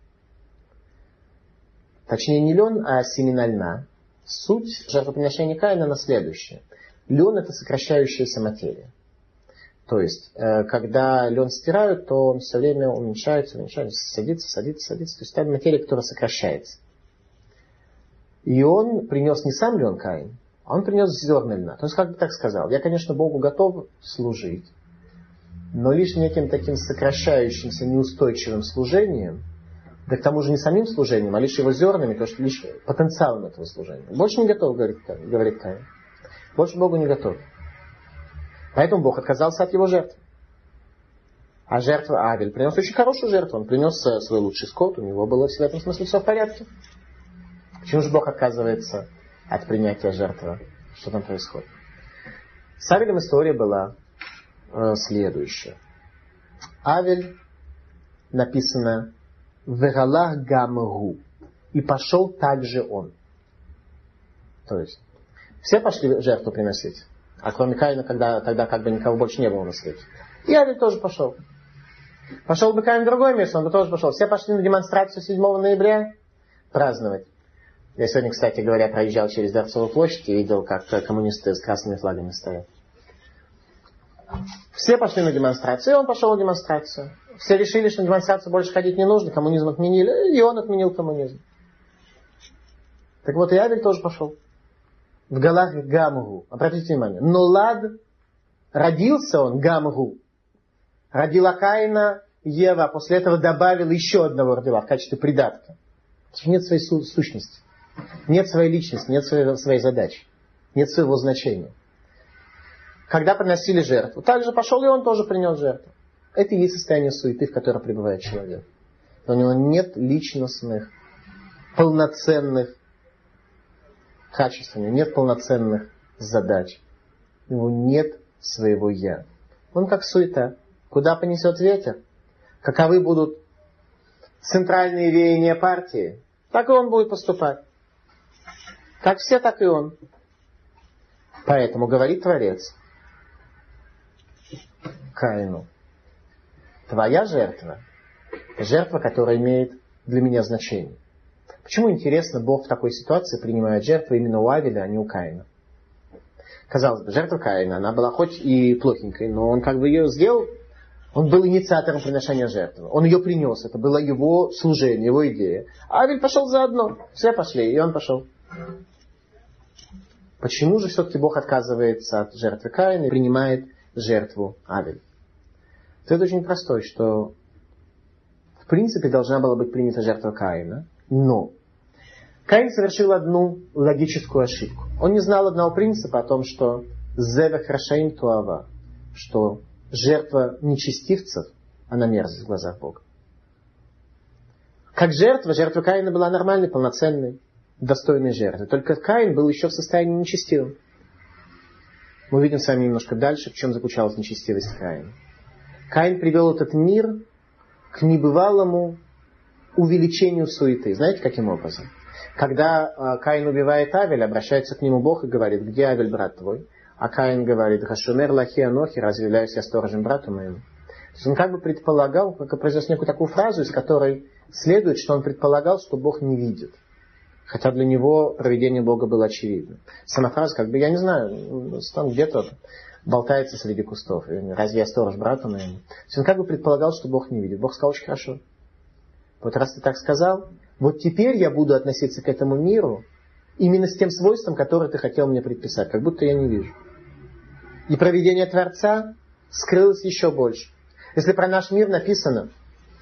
Точнее, не лен, а семена льна. Суть жертвоприношения Каина на следующее. Лен — это сокращающаяся материя. То есть, когда лен стирают, то он все время уменьшается, садится. То есть, это материя, которая сокращается. И он принес не сам лен Каин, а он принес зерна льна. То есть, как бы так сказал, я, конечно, Богу готов служить, но лишь неким таким сокращающимся, неустойчивым служением, да к тому же не самим служением, а лишь его зернами, то есть лишь потенциалом этого служения. Больше не готов, говорит Каин. Больше Богу не готов. Поэтому Бог отказался от его жертвы. А жертва Авель принес очень хорошую жертву. Он принес свой лучший скот. У него было в этом смысле все в порядке. Почему же Бог отказывается от принятия жертвы? Что там происходит? С Авелем история была следующая. Авель написано «Вералах гамгу». И пошел также он. То есть, все пошли жертву приносить. А кроме Каина, тогда как бы никого больше не было на свете. И Авель тоже пошел. Пошел бы Каин в другое место, он бы тоже пошел. Все пошли на демонстрацию 7 ноября праздновать. Я сегодня, кстати говоря, проезжал через Дворцовую площадь и видел, как коммунисты с красными флагами стоят. Все пошли на демонстрацию, и он пошел на демонстрацию. Все решили, что на демонстрацию больше ходить не нужно, коммунизм отменили, и он отменил коммунизм. Так вот, и Авель тоже пошел. В Галах Гамгу. Обратите внимание. Но Лад, родился он Гамгу. Родила Каина Ева, а после этого добавила еще одного родила в качестве придатка. Нет своей сущности. Нет своей личности, нет своей задачи. Нет своего значения. Когда приносили жертву, также пошел и он тоже принес жертву. Это и есть состояние суеты, в котором пребывает человек. У него нет личностных, полноценных качеств, у него нет полноценных задач. У него нет своего «я». Он как суета. Куда понесет ветер? Каковы будут центральные веяния партии? Так и он будет поступать. Как все, так и он. Поэтому говорит Творец Каину: твоя жертва, жертва, которая имеет для меня значение. Почему, интересно, Бог в такой ситуации принимает жертву именно у Авеля, а не у Каина? Казалось бы, жертва Каина, она была хоть и плохенькой, но он как бы ее сделал, он был инициатором приношения жертвы. Он ее принес, это было его служение, его идея. А Авель пошел заодно, все пошли, и он пошел. Почему же все-таки Бог отказывается от жертвы Каина и принимает жертву Авеля? Это очень простой, что в принципе должна была быть принята жертва Каина, но Каин совершил одну логическую ошибку. Он не знал одного принципа о том, что зевех рашаим туава, что жертва нечестивцев, она мерзость в глазах Бога. Как жертва Каина была нормальной, полноценной, достойной жертвы. Только Каин был еще в состоянии нечестивым. Мы увидим с вами немножко дальше, в чем заключалась нечестивость Каина. Каин привел этот мир к небывалому увеличению суеты. Знаете, каким образом? Когда Каин убивает Авеля, обращается к нему Бог и говорит: где Авель, брат твой? А Каин говорит: Гашумер лахи анохи, разве являюсь я сторожем брату моему? То есть он как бы предполагал, как произнес некую такую фразу, из которой следует, что он предполагал, что Бог не видит. Хотя для него провидение Бога было очевидно. Сама фраза, как бы, я не знаю, там где-то болтается среди кустов. Разве я сторож брату моему? То есть он как бы предполагал, что Бог не видит. Бог сказал: очень хорошо. Вот раз ты так сказал, вот теперь я буду относиться к этому миру именно с тем свойством, которое ты хотел мне предписать. Как будто я не вижу. И провидение Творца скрылось еще больше. Если про наш мир написано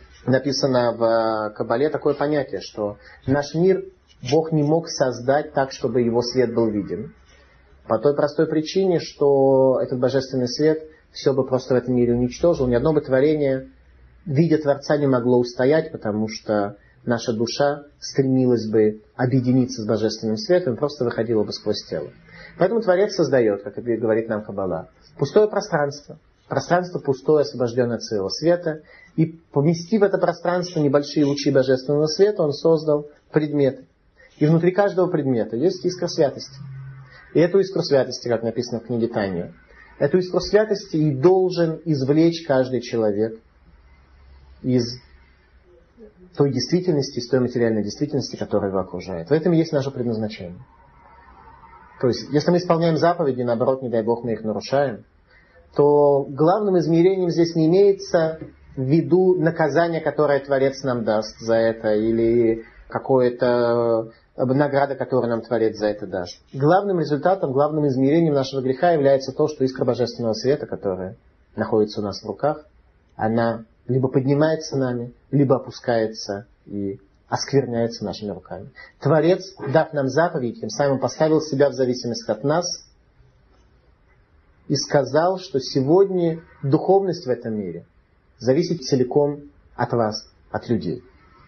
в Кабале такое понятие, что наш мир Бог не мог создать так, чтобы его свет был виден. По той простой причине, что этот божественный свет все бы просто в этом мире уничтожил. Ни одно бы творение, видя Творца, не могло устоять, потому что наша душа стремилась бы объединиться с божественным светом и просто выходила бы сквозь тело. Поэтому Творец создает, как говорит нам Кабала, пустое пространство. Пространство пустое, освобожденное от своего света. И поместив в это пространство небольшие лучи божественного света, он создал предметы. И внутри каждого предмета есть искра святости. И эту искру святости, как написано в книге Таня, эту искру святости и должен извлечь каждый человек из той действительности, из той материальной действительности, которая его окружает. В этом есть наше предназначение. То есть, если мы исполняем заповеди, наоборот, не дай Бог, мы их нарушаем, то главным измерением здесь не имеется в виду наказание, которое Творец нам даст за это, или какое-то награда, которую нам Творец за это даст. Главным результатом, главным измерением нашего греха является то, что искра божественного света, которая находится у нас в руках, она либо поднимается нами, либо опускается и оскверняется нашими руками. Творец, дав нам заповедь, тем самым поставил себя в зависимость от нас и сказал, что сегодня духовность в этом мире зависит целиком от вас, от людей.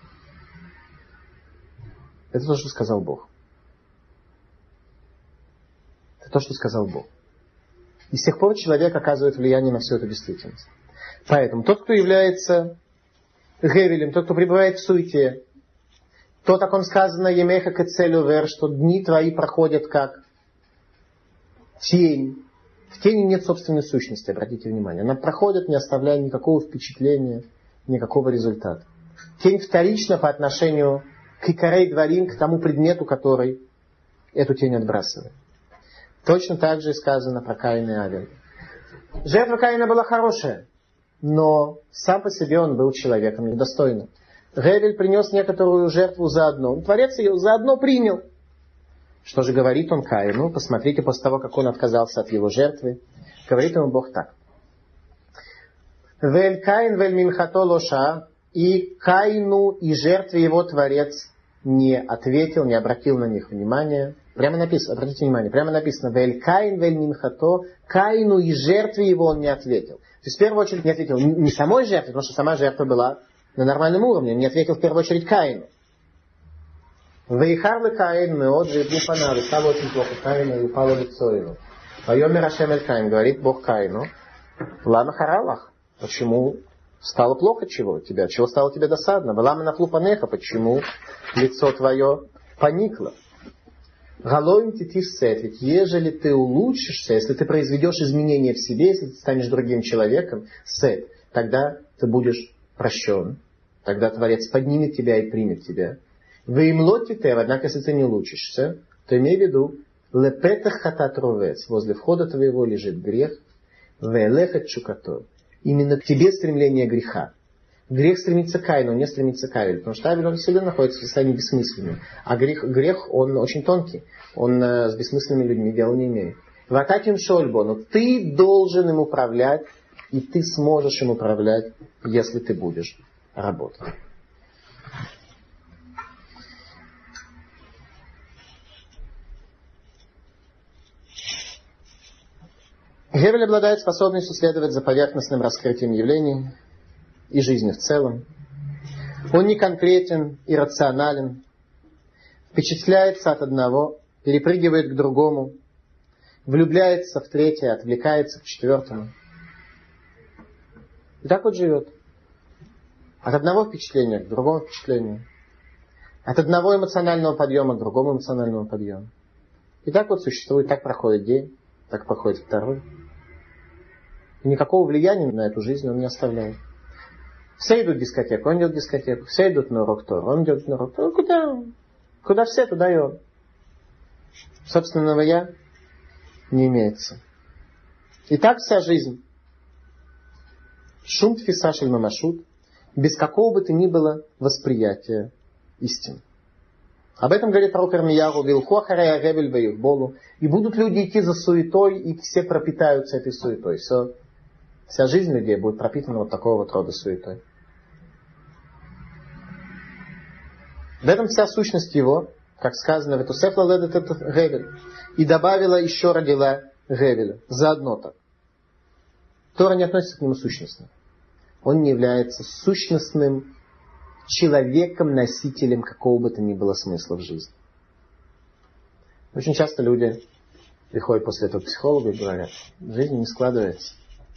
Это то, что сказал Бог. Это то, что сказал Бог. И с тех пор человек оказывает влияние на всю эту действительность. Поэтому тот, кто является гевелем, тот, кто пребывает в суете, то, так он сказано, емеха кецелю вер, что дни твои проходят как тень. В тени нет собственной сущности, обратите внимание. Она проходит, не оставляя никакого впечатления, никакого результата. Тень вторична по отношению к икарей дворим, к тому предмету, который эту тень отбрасывает. Точно так же и сказано про Каина и Авеля. Жертва Каина была хорошая, но сам по себе он был человеком недостойным. Гевель принес некоторую жертву заодно. Творец ее заодно принял. Что же говорит он Каину? Посмотрите, после того, как он отказался от его жертвы, говорит ему Бог так. Вель Каин, вель минхато лоша, и Каину и жертве его Творец не ответил, не обратил на них внимания. Прямо написано, обратите внимание, прямо написано, вель Каин, вель минхато, Каину и жертве его он не ответил. То есть в первую очередь не ответил не самой жертве, потому что сама жертва была на нормальном уровне, он не ответил в первую очередь Каину. Вейхарлы Каин, меот же и фанали, стало очень плохо Каину и упало лицо его. Вайомер Ашем эль Каин, говорит Бог Каину, лама харалах, почему стало плохо чего тебя? Чего стало тебе досадно? Лама нафлу панеха, почему лицо твое поникло? Галоим титиш сет, ведь ежели ты улучшишься, если ты произведешь изменения в себе, если ты станешь другим человеком, сет, тогда ты будешь прощен. Тогда Творец поднимет тебя и примет тебя. Веймлоти тев, однако, если ты не улучшишься, то имей в виду, лепетах хатат ровец, возле входа твоего лежит грех, веэлехат чукато. Именно к тебе стремление греха. Грех стремится к Каину, не стремится к Авелю, потому что Авель, он всегда находится в состоянии бессмысленным. А грех, он очень тонкий. Он с бессмысленными людьми дела не имеет. Ватаким шольбо, но ты должен им управлять, и ты сможешь им управлять, если ты будешь работать. Гевель обладает способностью следовать за поверхностным раскрытием явлений и жизни в целом. Он не конкретен и рационален, впечатляется от одного, перепрыгивает к другому, влюбляется в третье, отвлекается к четвертому. И так вот живет. От одного впечатления к другому впечатлению. От одного эмоционального подъема к другому эмоциональному подъему. И так вот существует, так проходит день, так проходит второй. И никакого влияния на эту жизнь он не оставляет. Все идут в дискотеку, он идет в дискотеку. Все идут на урок Торы, он идет на урок Торы. Куда все, туда и он. Собственного я не имеется. И так вся жизнь. Шум тфиса шель мамашут, без какого бы то ни было восприятия истины. Об этом говорит пророк Ирмияху, вилху ахарей гевель веюхболу, и будут люди идти за суетой, и все пропитаются этой суетой. Вся жизнь людей будет пропитана вот такого вот рода суетой. В этом вся сущность его, как сказано, «Ветусеф лаледет эт гевель», и добавила, еще родила гевеля. Заодно так. Тора не относится к нему сущностно. Он не является сущностным человеком, носителем какого бы то ни было смысла в жизни. Очень часто люди приходят после этого к психологу и говорят, жизнь не складывается.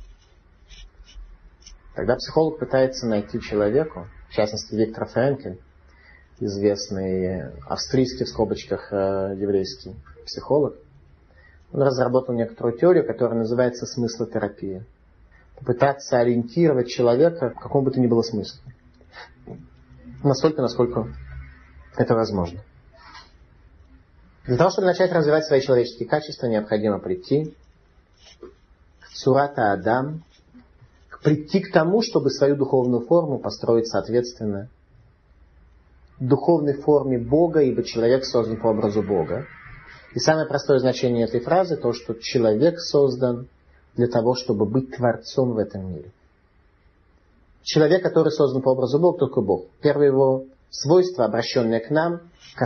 Тогда психолог пытается найти человеку, в частности Виктор Франкль, известный австрийский в скобочках еврейский психолог, он разработал некоторую теорию, которая называется смыслотерапия. Попытаться ориентировать человека в каком бы то ни было смысле. Настолько, насколько это возможно. Для того, чтобы начать развивать свои человеческие качества, необходимо прийти к цурата Адам, прийти к тому, чтобы свою духовную форму построить соответственно духовной форме Бога, ибо человек создан по образу Бога. И самое простое значение этой фразы то, что человек создан для того, чтобы быть творцом в этом мире. Человек, который создан по образу Бога, только Бог. Первое его свойство, обращенное к нам,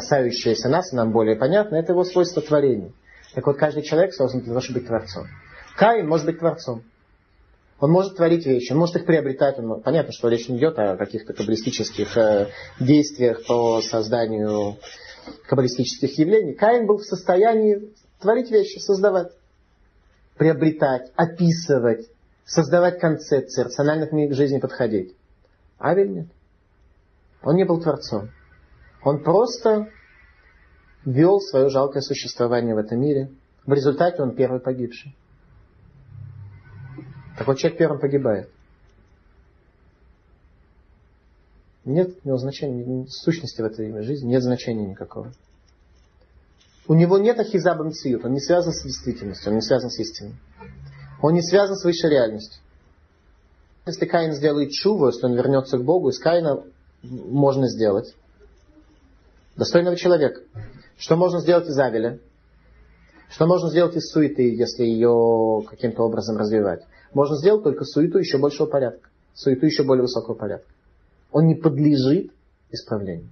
касающееся нас, нам более понятно, это его свойство творения. Так вот, каждый человек создан для того, чтобы быть творцом. Каин может быть творцом. Он может творить вещи, он может их приобретать. Понятно, что речь не идет о каких-то каббалистических действиях по созданию каббалистических явлений. Каин был в состоянии творить вещи, создавать, приобретать, описывать, создавать концепции, рационально к ней к жизни подходить. Авель нет. Он не был творцом. Он просто вел свое жалкое существование в этом мире. В результате он первый погибший. Такой человек первым погибает. Нет у него значения, сущности в этой жизни, нет значения никакого. У него нет ахиза бамциют, он не связан с действительностью, он не связан с истиной. Он не связан с высшей реальностью. Если Каин сделает шуву, если он вернется к Богу, из Каина можно сделать достойного человека. Что можно сделать из Авеля? Что можно сделать из суеты, если ее каким-то образом развивать? Можно сделать только суету еще большего порядка. Суету еще более высокого порядка. Он не подлежит исправлению.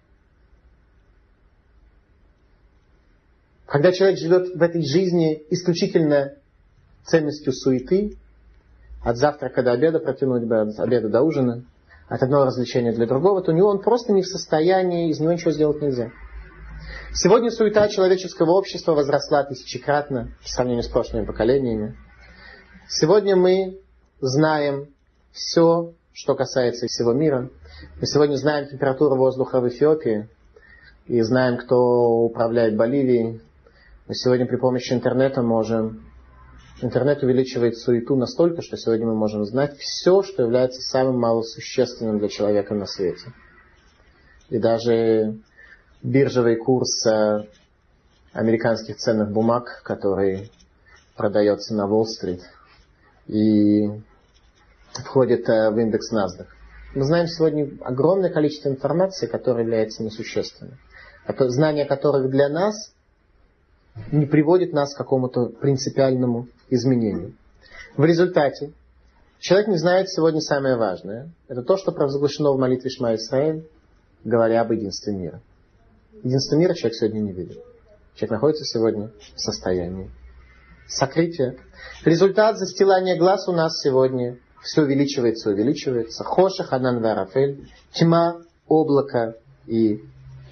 Когда человек живет в этой жизни исключительно ценностью суеты, от завтрака до обеда протянуть бы, от обеда до ужина, от одного развлечения для другого, то у него он просто не в состоянии, из него ничего сделать нельзя. Сегодня суета человеческого общества возросла тысячекратно в сравнении с прошлыми поколениями. Сегодня мы знаем все, что касается всего мира. Мы сегодня знаем температуру воздуха в Эфиопии и знаем, кто управляет Боливией. Мы сегодня при помощи интернета можем... Интернет увеличивает суету настолько, что сегодня мы можем знать все, что является самым малосущественным для человека на свете. И даже биржевый курс американских ценных бумаг, который продается на Уолл-стрит и входит в индекс NASDAQ. Мы знаем сегодня огромное количество информации, которая является несущественной. Знания которых для нас не приводит нас к какому-то принципиальному изменению. В результате человек не знает сегодня самое важное. Это то, что провозглашено в молитве Шма Исраэль, говоря об единстве мира. Единство мира человек сегодня не видит. Человек находится сегодня в состоянии сокрытия. Результат застилания глаз у нас сегодня все увеличивается и увеличивается. Хоша, Ханан, Варафель, тьма, облако и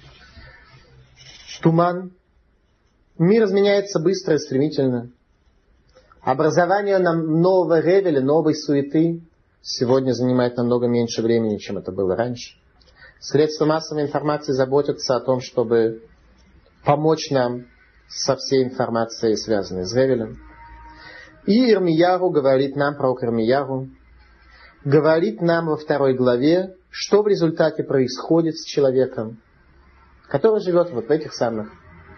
туман. Мир изменяется быстро и стремительно. Образование нового ревеля, новой суеты сегодня занимает намного меньше времени, чем это было раньше. Средства массовой информации заботятся о том, чтобы помочь нам со всей информацией, связанной с ревелем. И Ирмияру говорит нам, пророк Ирмияру, говорит нам во 2 главе, что в результате происходит с человеком, который живет вот в этих самых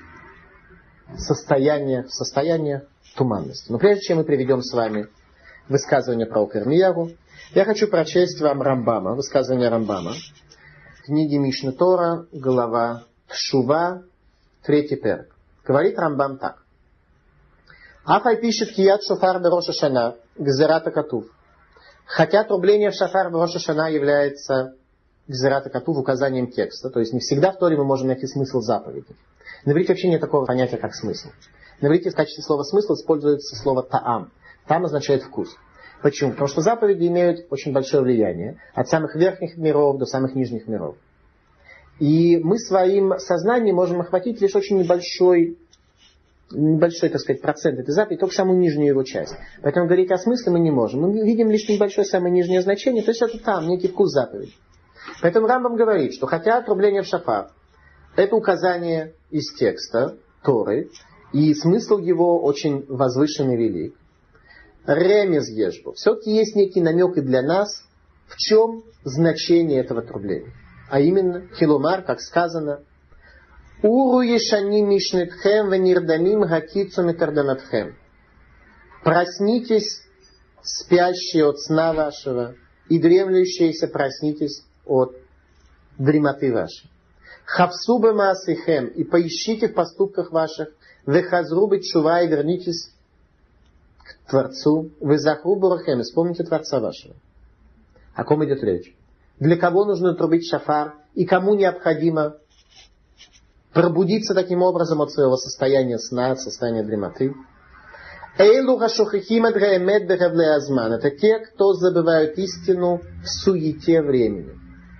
состояниях туманности. Но прежде чем мы приведем с вами высказывание пророка Ирмияру, я хочу прочесть вам Рамбама, высказывание Рамбама, книги Мишна Тора, глава Тшува, 3 перек. Говорит Рамбам так. Афай пишет кият шофар бе-Рош ха-Шана, гзерат ха-Катув. Хотя трубление в шофар бе-Рош ха-Шана является гзерат ха-Катув указанием текста, то есть не всегда в Торе мы можем найти смысл заповеди. На иврите вообще нет такого понятия, как смысл. На иврите в качестве слова смысл используется слово таам. Таам означает вкус. Почему? Потому что заповеди имеют очень большое влияние от самых верхних миров до самых нижних миров. И мы своим сознанием можем охватить лишь очень небольшой, так сказать, процент этой заповеди, только самую нижнюю его часть. Поэтому говорить о смысле мы не можем. Мы видим лишь небольшое самое нижнее значение, то есть это там, некий вкус заповеди. Поэтому Рамбам говорит, что хотя отрубление в шафар это указание из текста Торы, и смысл его очень возвышенный и велик. Ремез ешбо. Все-таки есть некий намек и для нас, в чем значение этого трубления. А именно, хилумар, как сказано, Уру ешани мишнетхем венирдамим гакицу метарданатхем. Проснитесь, спящие от сна вашего, и дремлющиеся проснитесь от дремоты вашей. Хавсубе маасихем, и поищите в поступках ваших, вехазрубы чува, и вернитесь к Творцу, везахрубу рахем, и вспомните Творца вашего. О ком идет речь? Для кого нужно трубить шафар, и кому необходимо пробудиться таким образом от своего состояния сна, от состояния дремоты? Эйлу хашухихим ад гаэмет бехавле азман. Это те, кто забывают истину в суете времени.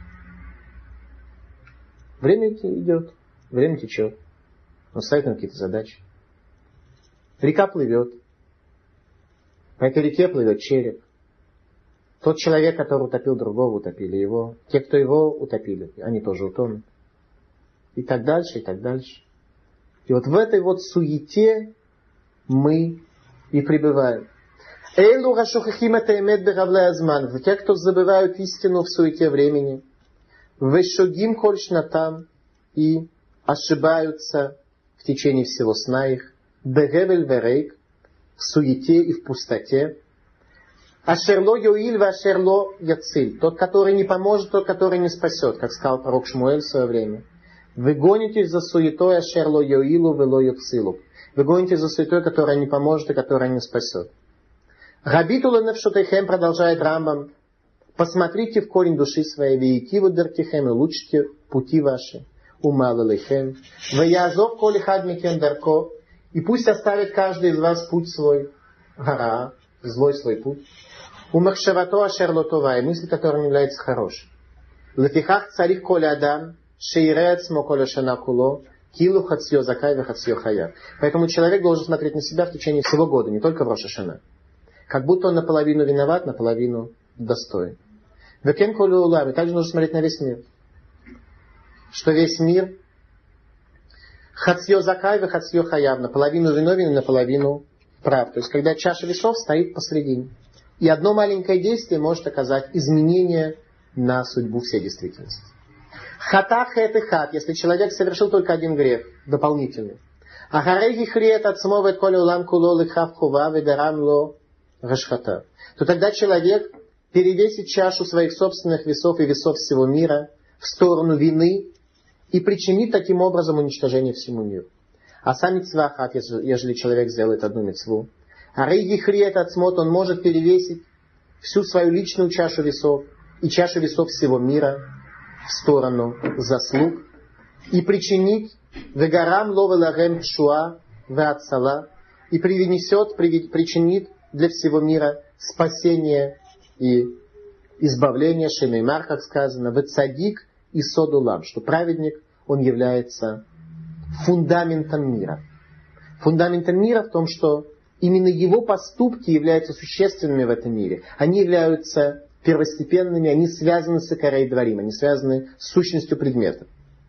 Время идет, время течет. Он ставит на какие-то задачи. Река плывет. По этой реке плывет череп. Тот человек, который утопил другого, утопили его. Те, кто его утопили, они тоже утонут. И так дальше, и так дальше. И вот в этой вот суете мы и пребываем. Эйлу гашухахим это эмет беравле азман. Те, кто забывают истину в суете времени. Вешогим коль шнатам. И ошибаются в течение всего сна их. Бегевель верейк. В суете и в пустоте. Ашерло йоиль ва ашерло яциль. Тот, который не поможет, тот, который не спасет. Как сказал пророк Шмуэль в свое время. Вы гонитесь за суетой ашерло йоилу вело яцилу. Вы гонитесь за суетой, которая не поможет и которая не спасет. Габитула навшотехем, продолжает Рамбам. Посмотрите в корень души своей. Веитиву даркихем, и улучшите пути ваши. Умалалихем. Ваязов коли хадмикен дарко. И пусть оставит каждый из вас путь свой. Гара. Злой свой путь. Умахшавато ашерлотова. И мысль, которая не является хорошей. Лефихах царих коли адам. Шейрец моколя шанакуло. Килу хацьё закай вехацьё хая. Поэтому человек должен смотреть на себя в течение всего года, не только в Рош ха-Шана. Как будто он наполовину виноват, наполовину достоин. Векен колю улам. И также нужно смотреть на весь мир. Что весь мир хацьё закай вехацьё хая. Наполовину виновен и наполовину прав. То есть, когда чаша весов стоит посредине. И одно маленькое действие может оказать изменение на судьбу всей действительности. Хатах это хат, если человек совершил только один грех, дополнительный. Ахареги хриет от смовет коли улам куло лихав хува ведарам ло рашхата. То тогда человек перевесит чашу своих собственных весов и весов всего мира в сторону вины и причинит таким образом уничтожение всему миру. А сам мицва хат, ежели человек сделает одну мицву, ахареги хриет от смот, он может перевесить всю свою личную чашу весов и чашу весов всего мира в сторону заслуг и причинить вегарам ловелагем шуа веатсала и причинит для всего мира спасение и избавление, шемеймар, как сказано, вецадик и содулам, что праведник, он является фундаментом мира. Фундаментом мира в том, что именно его поступки являются существенными в этом мире. Они являются первостепенными, они связаны с икарей дворим, они связаны с сущностью предмета.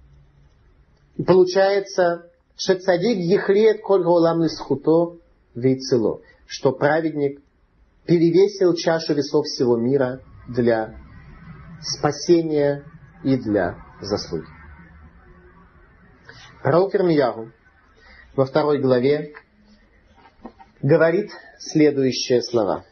И получается, шецадик ехлеет коль гоулам лисхуто вейцело, что праведник перевесил чашу весов всего мира для спасения и для заслуги. Пророк Ирмияху во 2 главе говорит следующие слова.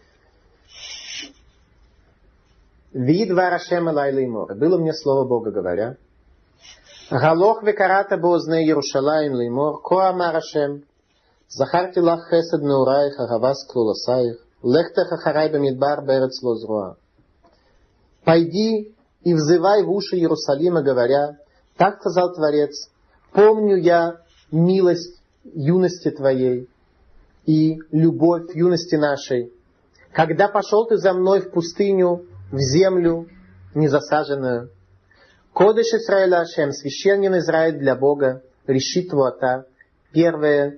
Видвар Ашем элай леймор. Было мне слово Бога, говоря. Галох векарата боозне Иерушалаим леймор. Ко амар Ашем. Захарти лах хесед неураих агавас клуласаих. Лехтех ахарай бамидбар берец лозруа. Пойди и взывай в уши Иерусалима, говоря, так сказал Творец, помню я милость юности твоей и любовь юности нашей. Когда пошел ты за мной в пустыню, в землю незасаженную. Кодеш Исраэля Ашем, священен Израиль для Бога, решит Вуата, первые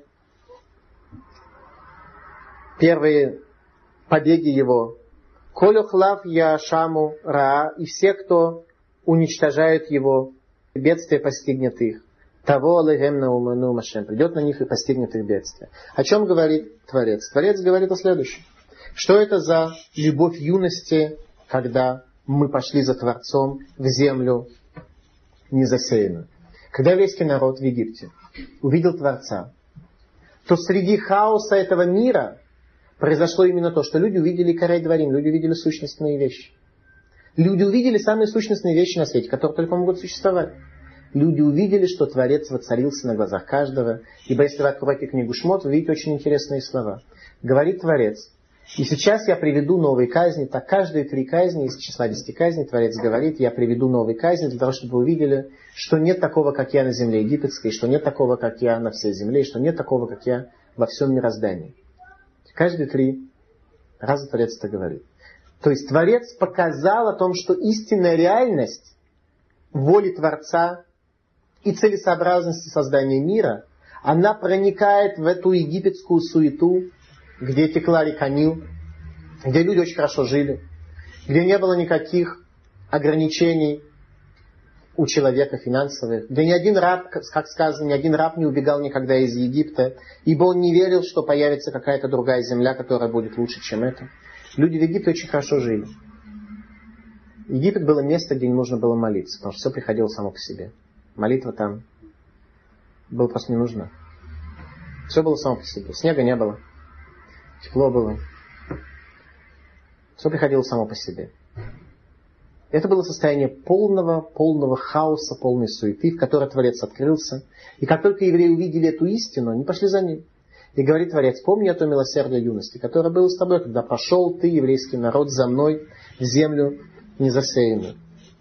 побеги его. Колюхлав Яшаму Раа, и все, кто уничтожает его, бедствие постигнет их. Того Алейхем Науману Машем, придет на них и постигнет их бедствие. О чем говорит Творец? Творец говорит о следующем. Что это за любовь юности, когда мы пошли за Творцом в землю незасеянную? Когда еврейский народ в Египте увидел Творца, то среди хаоса этого мира произошло именно то, что люди увидели карай дворим, люди увидели сущностные вещи. Люди увидели самые сущностные вещи на свете, которые только могут существовать. Люди увидели, что Творец воцарился на глазах каждого. Ибо если вы откроете книгу Шмот, вы увидите очень интересные слова. Говорит Творец. И сейчас я приведу новые казни. Так каждые 3 казни из числа 10 казней Творец говорит, я приведу новые казни для того, чтобы вы увидели, что нет такого, как я на земле египетской, что нет такого, как я на всей земле, и что нет такого, как я во всем мироздании. Каждые 3 раза Творец это говорит. То есть Творец показал о том, что истинная реальность воли Творца и целесообразности создания мира, она проникает в эту египетскую суету, где текла река Нил, где люди очень хорошо жили, где не было никаких ограничений у человека финансовых, где ни один раб, как сказано, ни один раб не убегал никогда из Египта, ибо он не верил, что появится какая-то другая земля, которая будет лучше, чем эта. Люди в Египте очень хорошо жили. Египет было место, где не нужно было молиться, потому что все приходило само по себе. Молитва там была просто не нужна. Все было само по себе. Снега не было. Тепло было. Все приходило само по себе. Это было состояние полного хаоса, полной суеты, в которой Творец открылся. И как только евреи увидели эту истину, они пошли за ним. И говорит Творец: помни о том милосердии юности, которое было с тобой, когда пошел ты, еврейский народ, за мной в землю незасеянную.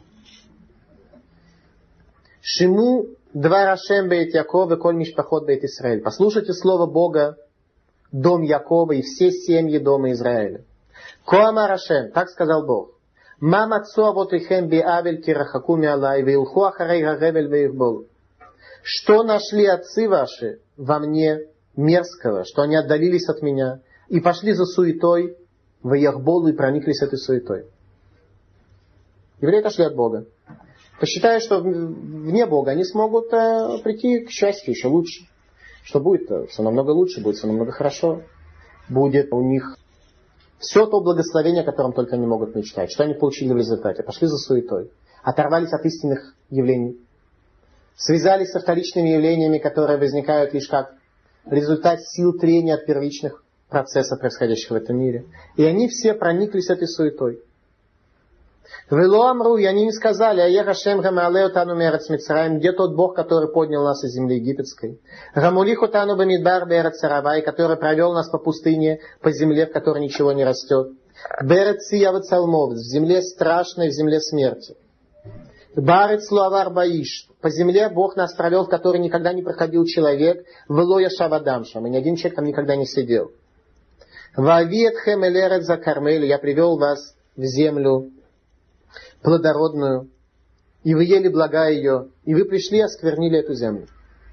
Шиму два Рашем бейт Якова, коль мишпахот бейт Исраэль. Послушайте слово Бога, дом Якова и все семьи дома Израиля. Коама Рашем, так сказал Бог. Мама цуавотихем би авель кирахаку миалай вилху ахарей гагевель веирбол. Что нашли отцы ваши во мне мерзкого, что они отдалились от меня и пошли за суетой в Яхболу и прониклись этой суетой. Евреи отошли от Бога. Посчитая, что вне Бога они смогут прийти к счастью еще лучше. Что будет все намного лучше, будет все намного хорошо. Будет у них все то благословение, о котором только они могут мечтать. Что они получили в результате? Пошли за суетой. Оторвались от истинных явлений. Связались со вторичными явлениями, которые возникают лишь как результат сил трения от первичных процессов, происходящих в этом мире. И они все прониклись этой суетой. Вело амру, и они не сказали: Аех Ашем гамаалео тану мерец Мицраим, где тот Бог, который поднял нас из земли египетской. Гамулиху тану бамидбар берец Саравай, который провел нас по пустыне, по земле, в которой ничего не растет. Берец Сияват Салмов, в земле страшной, в земле смерти. Барец Луавар Баиш, по земле Бог нас провел, в которой никогда не проходил человек. Велоя Шавадамшам, и ни один человек там никогда не сидел. Вавиет Хем Элерет за Кармель, я привел вас в землю плодородную, и вы ели блага ее, и вы пришли и осквернили эту землю.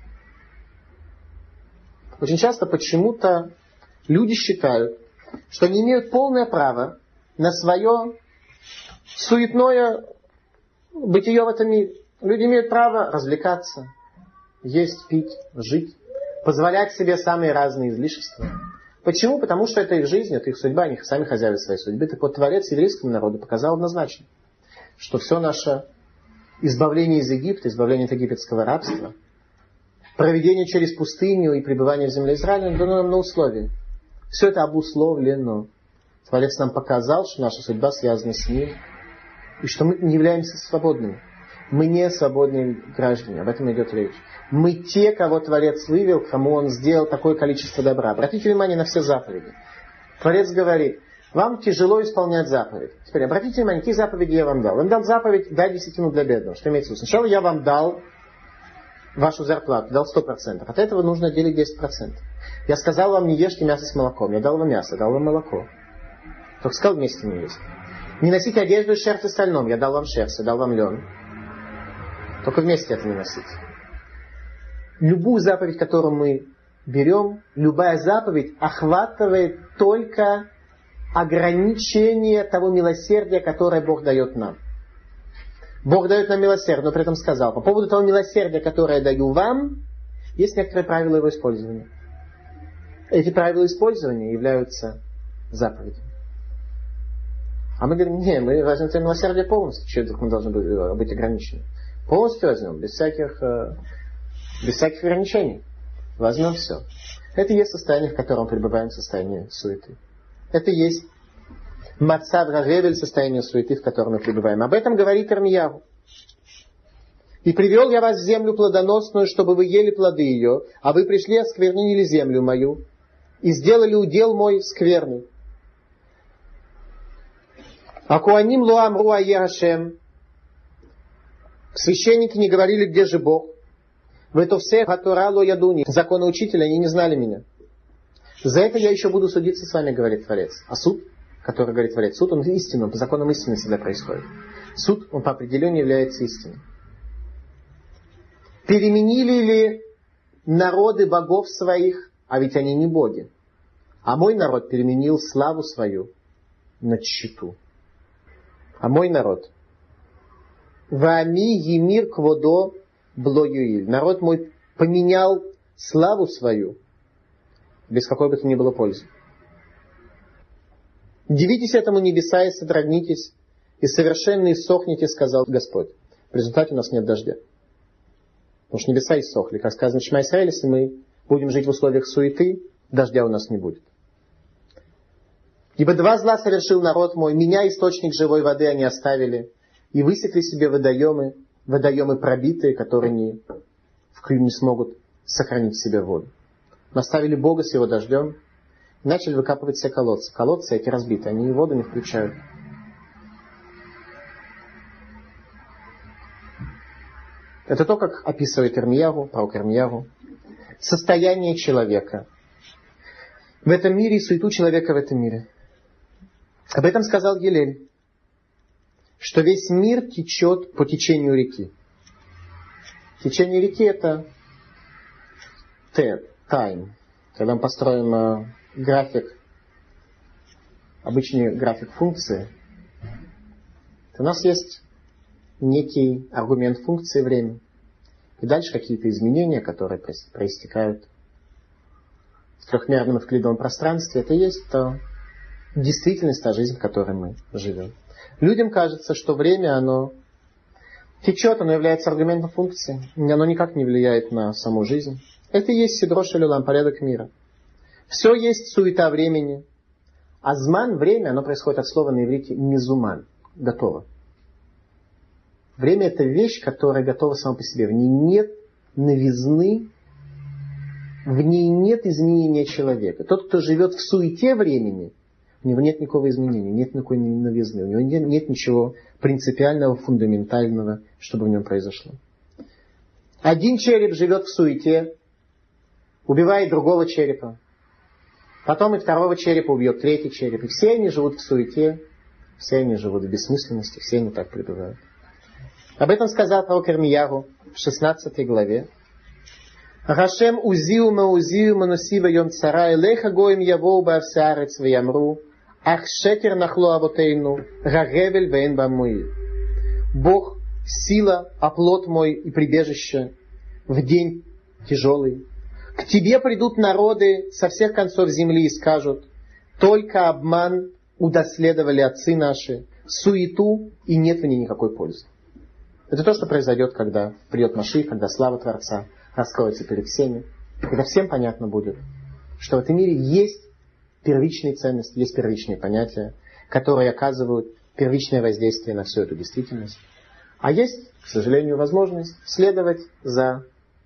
Очень часто почему-то люди считают, что они имеют полное право на свое суетное бытие в этом мире. Люди имеют право развлекаться, есть, пить, жить, позволять себе самые разные излишества. Почему? Потому что это их жизнь, это их судьба, они сами хозяева своей судьбы. Так вот, Творец еврейскому народу показал однозначно, что все наше избавление из Египта, избавление от египетского рабства, проведение через пустыню и пребывание в земле Израиля дано нам на условии. Все это обусловлено. Творец нам показал, что наша судьба связана с ним, и что мы не являемся свободными. Мы не свободные граждане, об этом идет речь. Мы те, кого Творец вывел, кому Он сделал такое количество добра. Обратите внимание на все заповеди. Творец говорит: вам тяжело исполнять заповедь. Теперь обратите внимание, какие заповеди я вам дал. Я вам дал заповедь: дай десятину для бедного. Что имеется в виду? Сначала я вам дал вашу зарплату, дал 100%. От этого нужно отделить 10%. Я сказал вам: не ешьте мясо с молоком. Я дал вам мясо, дал вам молоко. Только сказал вместе не есть. Не носите одежду из шерсти стальном. Я дал вам шерсть, я дал вам лен. Только вместе это не носите. Любую заповедь, которую мы берем, любая заповедь охватывает только ограничение того милосердия, которое Бог дает нам. Бог дает нам милосердие, но при этом сказал: по поводу того милосердия, которое я даю вам, есть некоторые правила его использования. Эти правила использования являются заповедями. А мы говорим: не, мы возьмем это милосердие полностью. Чего вдруг мы должны быть ограничены? Полностью возьмем, без всяких ограничений. Возьмем все. Это и есть состояние, в котором пребываем, в состоянии суеты. Это и есть мацав гагевель, состояние суеты, в котором мы пребываем. Об этом говорит Ирмияху. И привел я вас в землю плодоносную, чтобы вы ели плоды ее, а вы пришли и осквернили землю мою, и сделали удел мой скверный. А куаним лоам руа Ашем. Священники не говорили, где же Бог. В это все хатура ло ядуни. Законы учителя, они не знали меня. За это я еще буду судиться с вами, говорит Творец. А суд, который говорит Творец, суд, он истинный, он по законам истины всегда происходит. Суд, он по определению является истиной. Переменили ли народы богов своих, а ведь они не боги. А мой народ переменил славу свою на тщету. А мой народ. Вами емир кводо блоюиль. Народ мой поменял славу свою без какой бы то ни было пользы. Дивитесь этому небеса и содрогнитесь, и совершенно иссохните, сказал Господь. В результате у нас нет дождя. Потому что небеса иссохли. Как сказано в Шма Исраэль, если мы будем жить в условиях суеты, дождя у нас не будет. Ибо два зла совершил народ мой, меня, источник живой воды, они оставили, и высекли себе водоемы пробитые, которые не смогут сохранить в себе воду. Наставили Бога с его дождем, и начали выкапывать все колодцы. Колодцы эти разбиты, они воду не включают. Это то, как описывает Ирмиягу, пророк Ирмиягу, состояние человека в этом мире и суету человека в этом мире. Об этом сказал Гилель, что весь мир течет по течению реки. Течение реки — это time. Когда мы построим график, обычный график функции, то у нас есть некий аргумент функции времени. И дальше какие-то изменения, которые проистекают в трехмерном эвклидовом пространстве. Это и есть действительность, та жизнь, в которой мы живем. Людям кажется, что время, оно течет, оно является аргументом функции. Оно никак не влияет на саму жизнь. Это и есть Сидро шель улам, порядок мира. Все есть суета времени. А зман, время, оно происходит от слова на иврите мизуман. Готово. Время — это вещь, которая готова сама по себе. В ней нет новизны, в ней нет изменения человека. Тот, кто живет в суете времени, у него нет никакого изменения, нет никакой новизны, у него нет ничего принципиального, фундаментального, чтобы в нем произошло. Один череп живет в суете, убивает другого черепа. Потом и второго черепа убьет третий череп. И все они живут в суете, все они живут в бессмысленности, все они так пребывают. Об этом сказал пророк Ирмиягу в 16 главе. Рашем узиу манусива йом цара элеха гоим явоу баавсаарец ваямру ах шекер нахло авотейну рагевель вейн бамуи. Бог — сила, оплот мой и прибежище в день тяжелый. К тебе придут народы со всех концов земли и скажут: только обман удоследовали отцы наши, суету, и нет в ней никакой пользы. Это то, что произойдет, когда придет Машиах, когда слава Творца раскроется перед всеми, когда всем понятно будет, что в этом мире есть первичные ценности, есть первичные понятия, которые оказывают первичное воздействие на всю эту действительность. А есть, к сожалению, возможность следовать за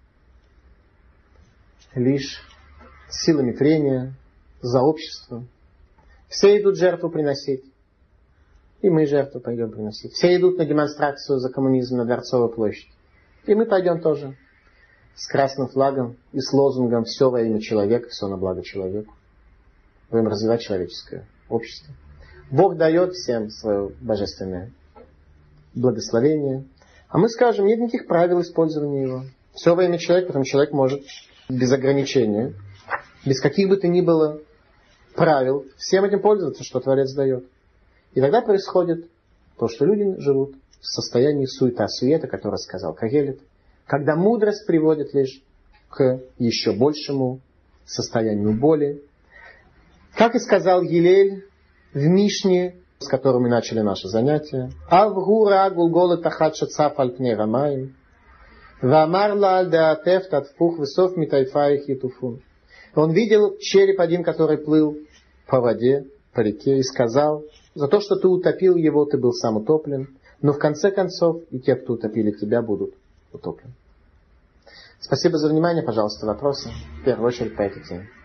лишь силами трения, за обществом. Все идут жертву приносить. И мы жертву пойдем приносить. Все идут на демонстрацию за коммунизм на Дворцовую площадь. И мы пойдем тоже. С красным флагом и с лозунгом «Все во имя человека, все на благо человеку». Будем развивать человеческое общество. Бог дает всем свое божественное благословение. А мы скажем, нет никаких правил использования его. Все во имя человека, потому что человек может без ограничения, без каких бы то ни было правил, всем этим пользоваться, что Творец дает. И тогда происходит то, что люди живут в состоянии суета, которое сказал Кагелет, когда мудрость приводит лишь к еще большему состоянию боли. Как и сказал Гилель в Мишне, с которой мы начали наше занятие, «Авгура гулгола тахат шацаф аль пней рамаим, ваамар ла аль даатеф татфух высов митайфаих ятуфун». Он видел череп один, который плыл по воде, по реке, и сказал: за то, что ты утопил его, ты был сам утоплен, но в конце концов и те, кто утопили тебя, будут утоплены. Спасибо за внимание. Пожалуйста, вопросы. В первую очередь по этой теме.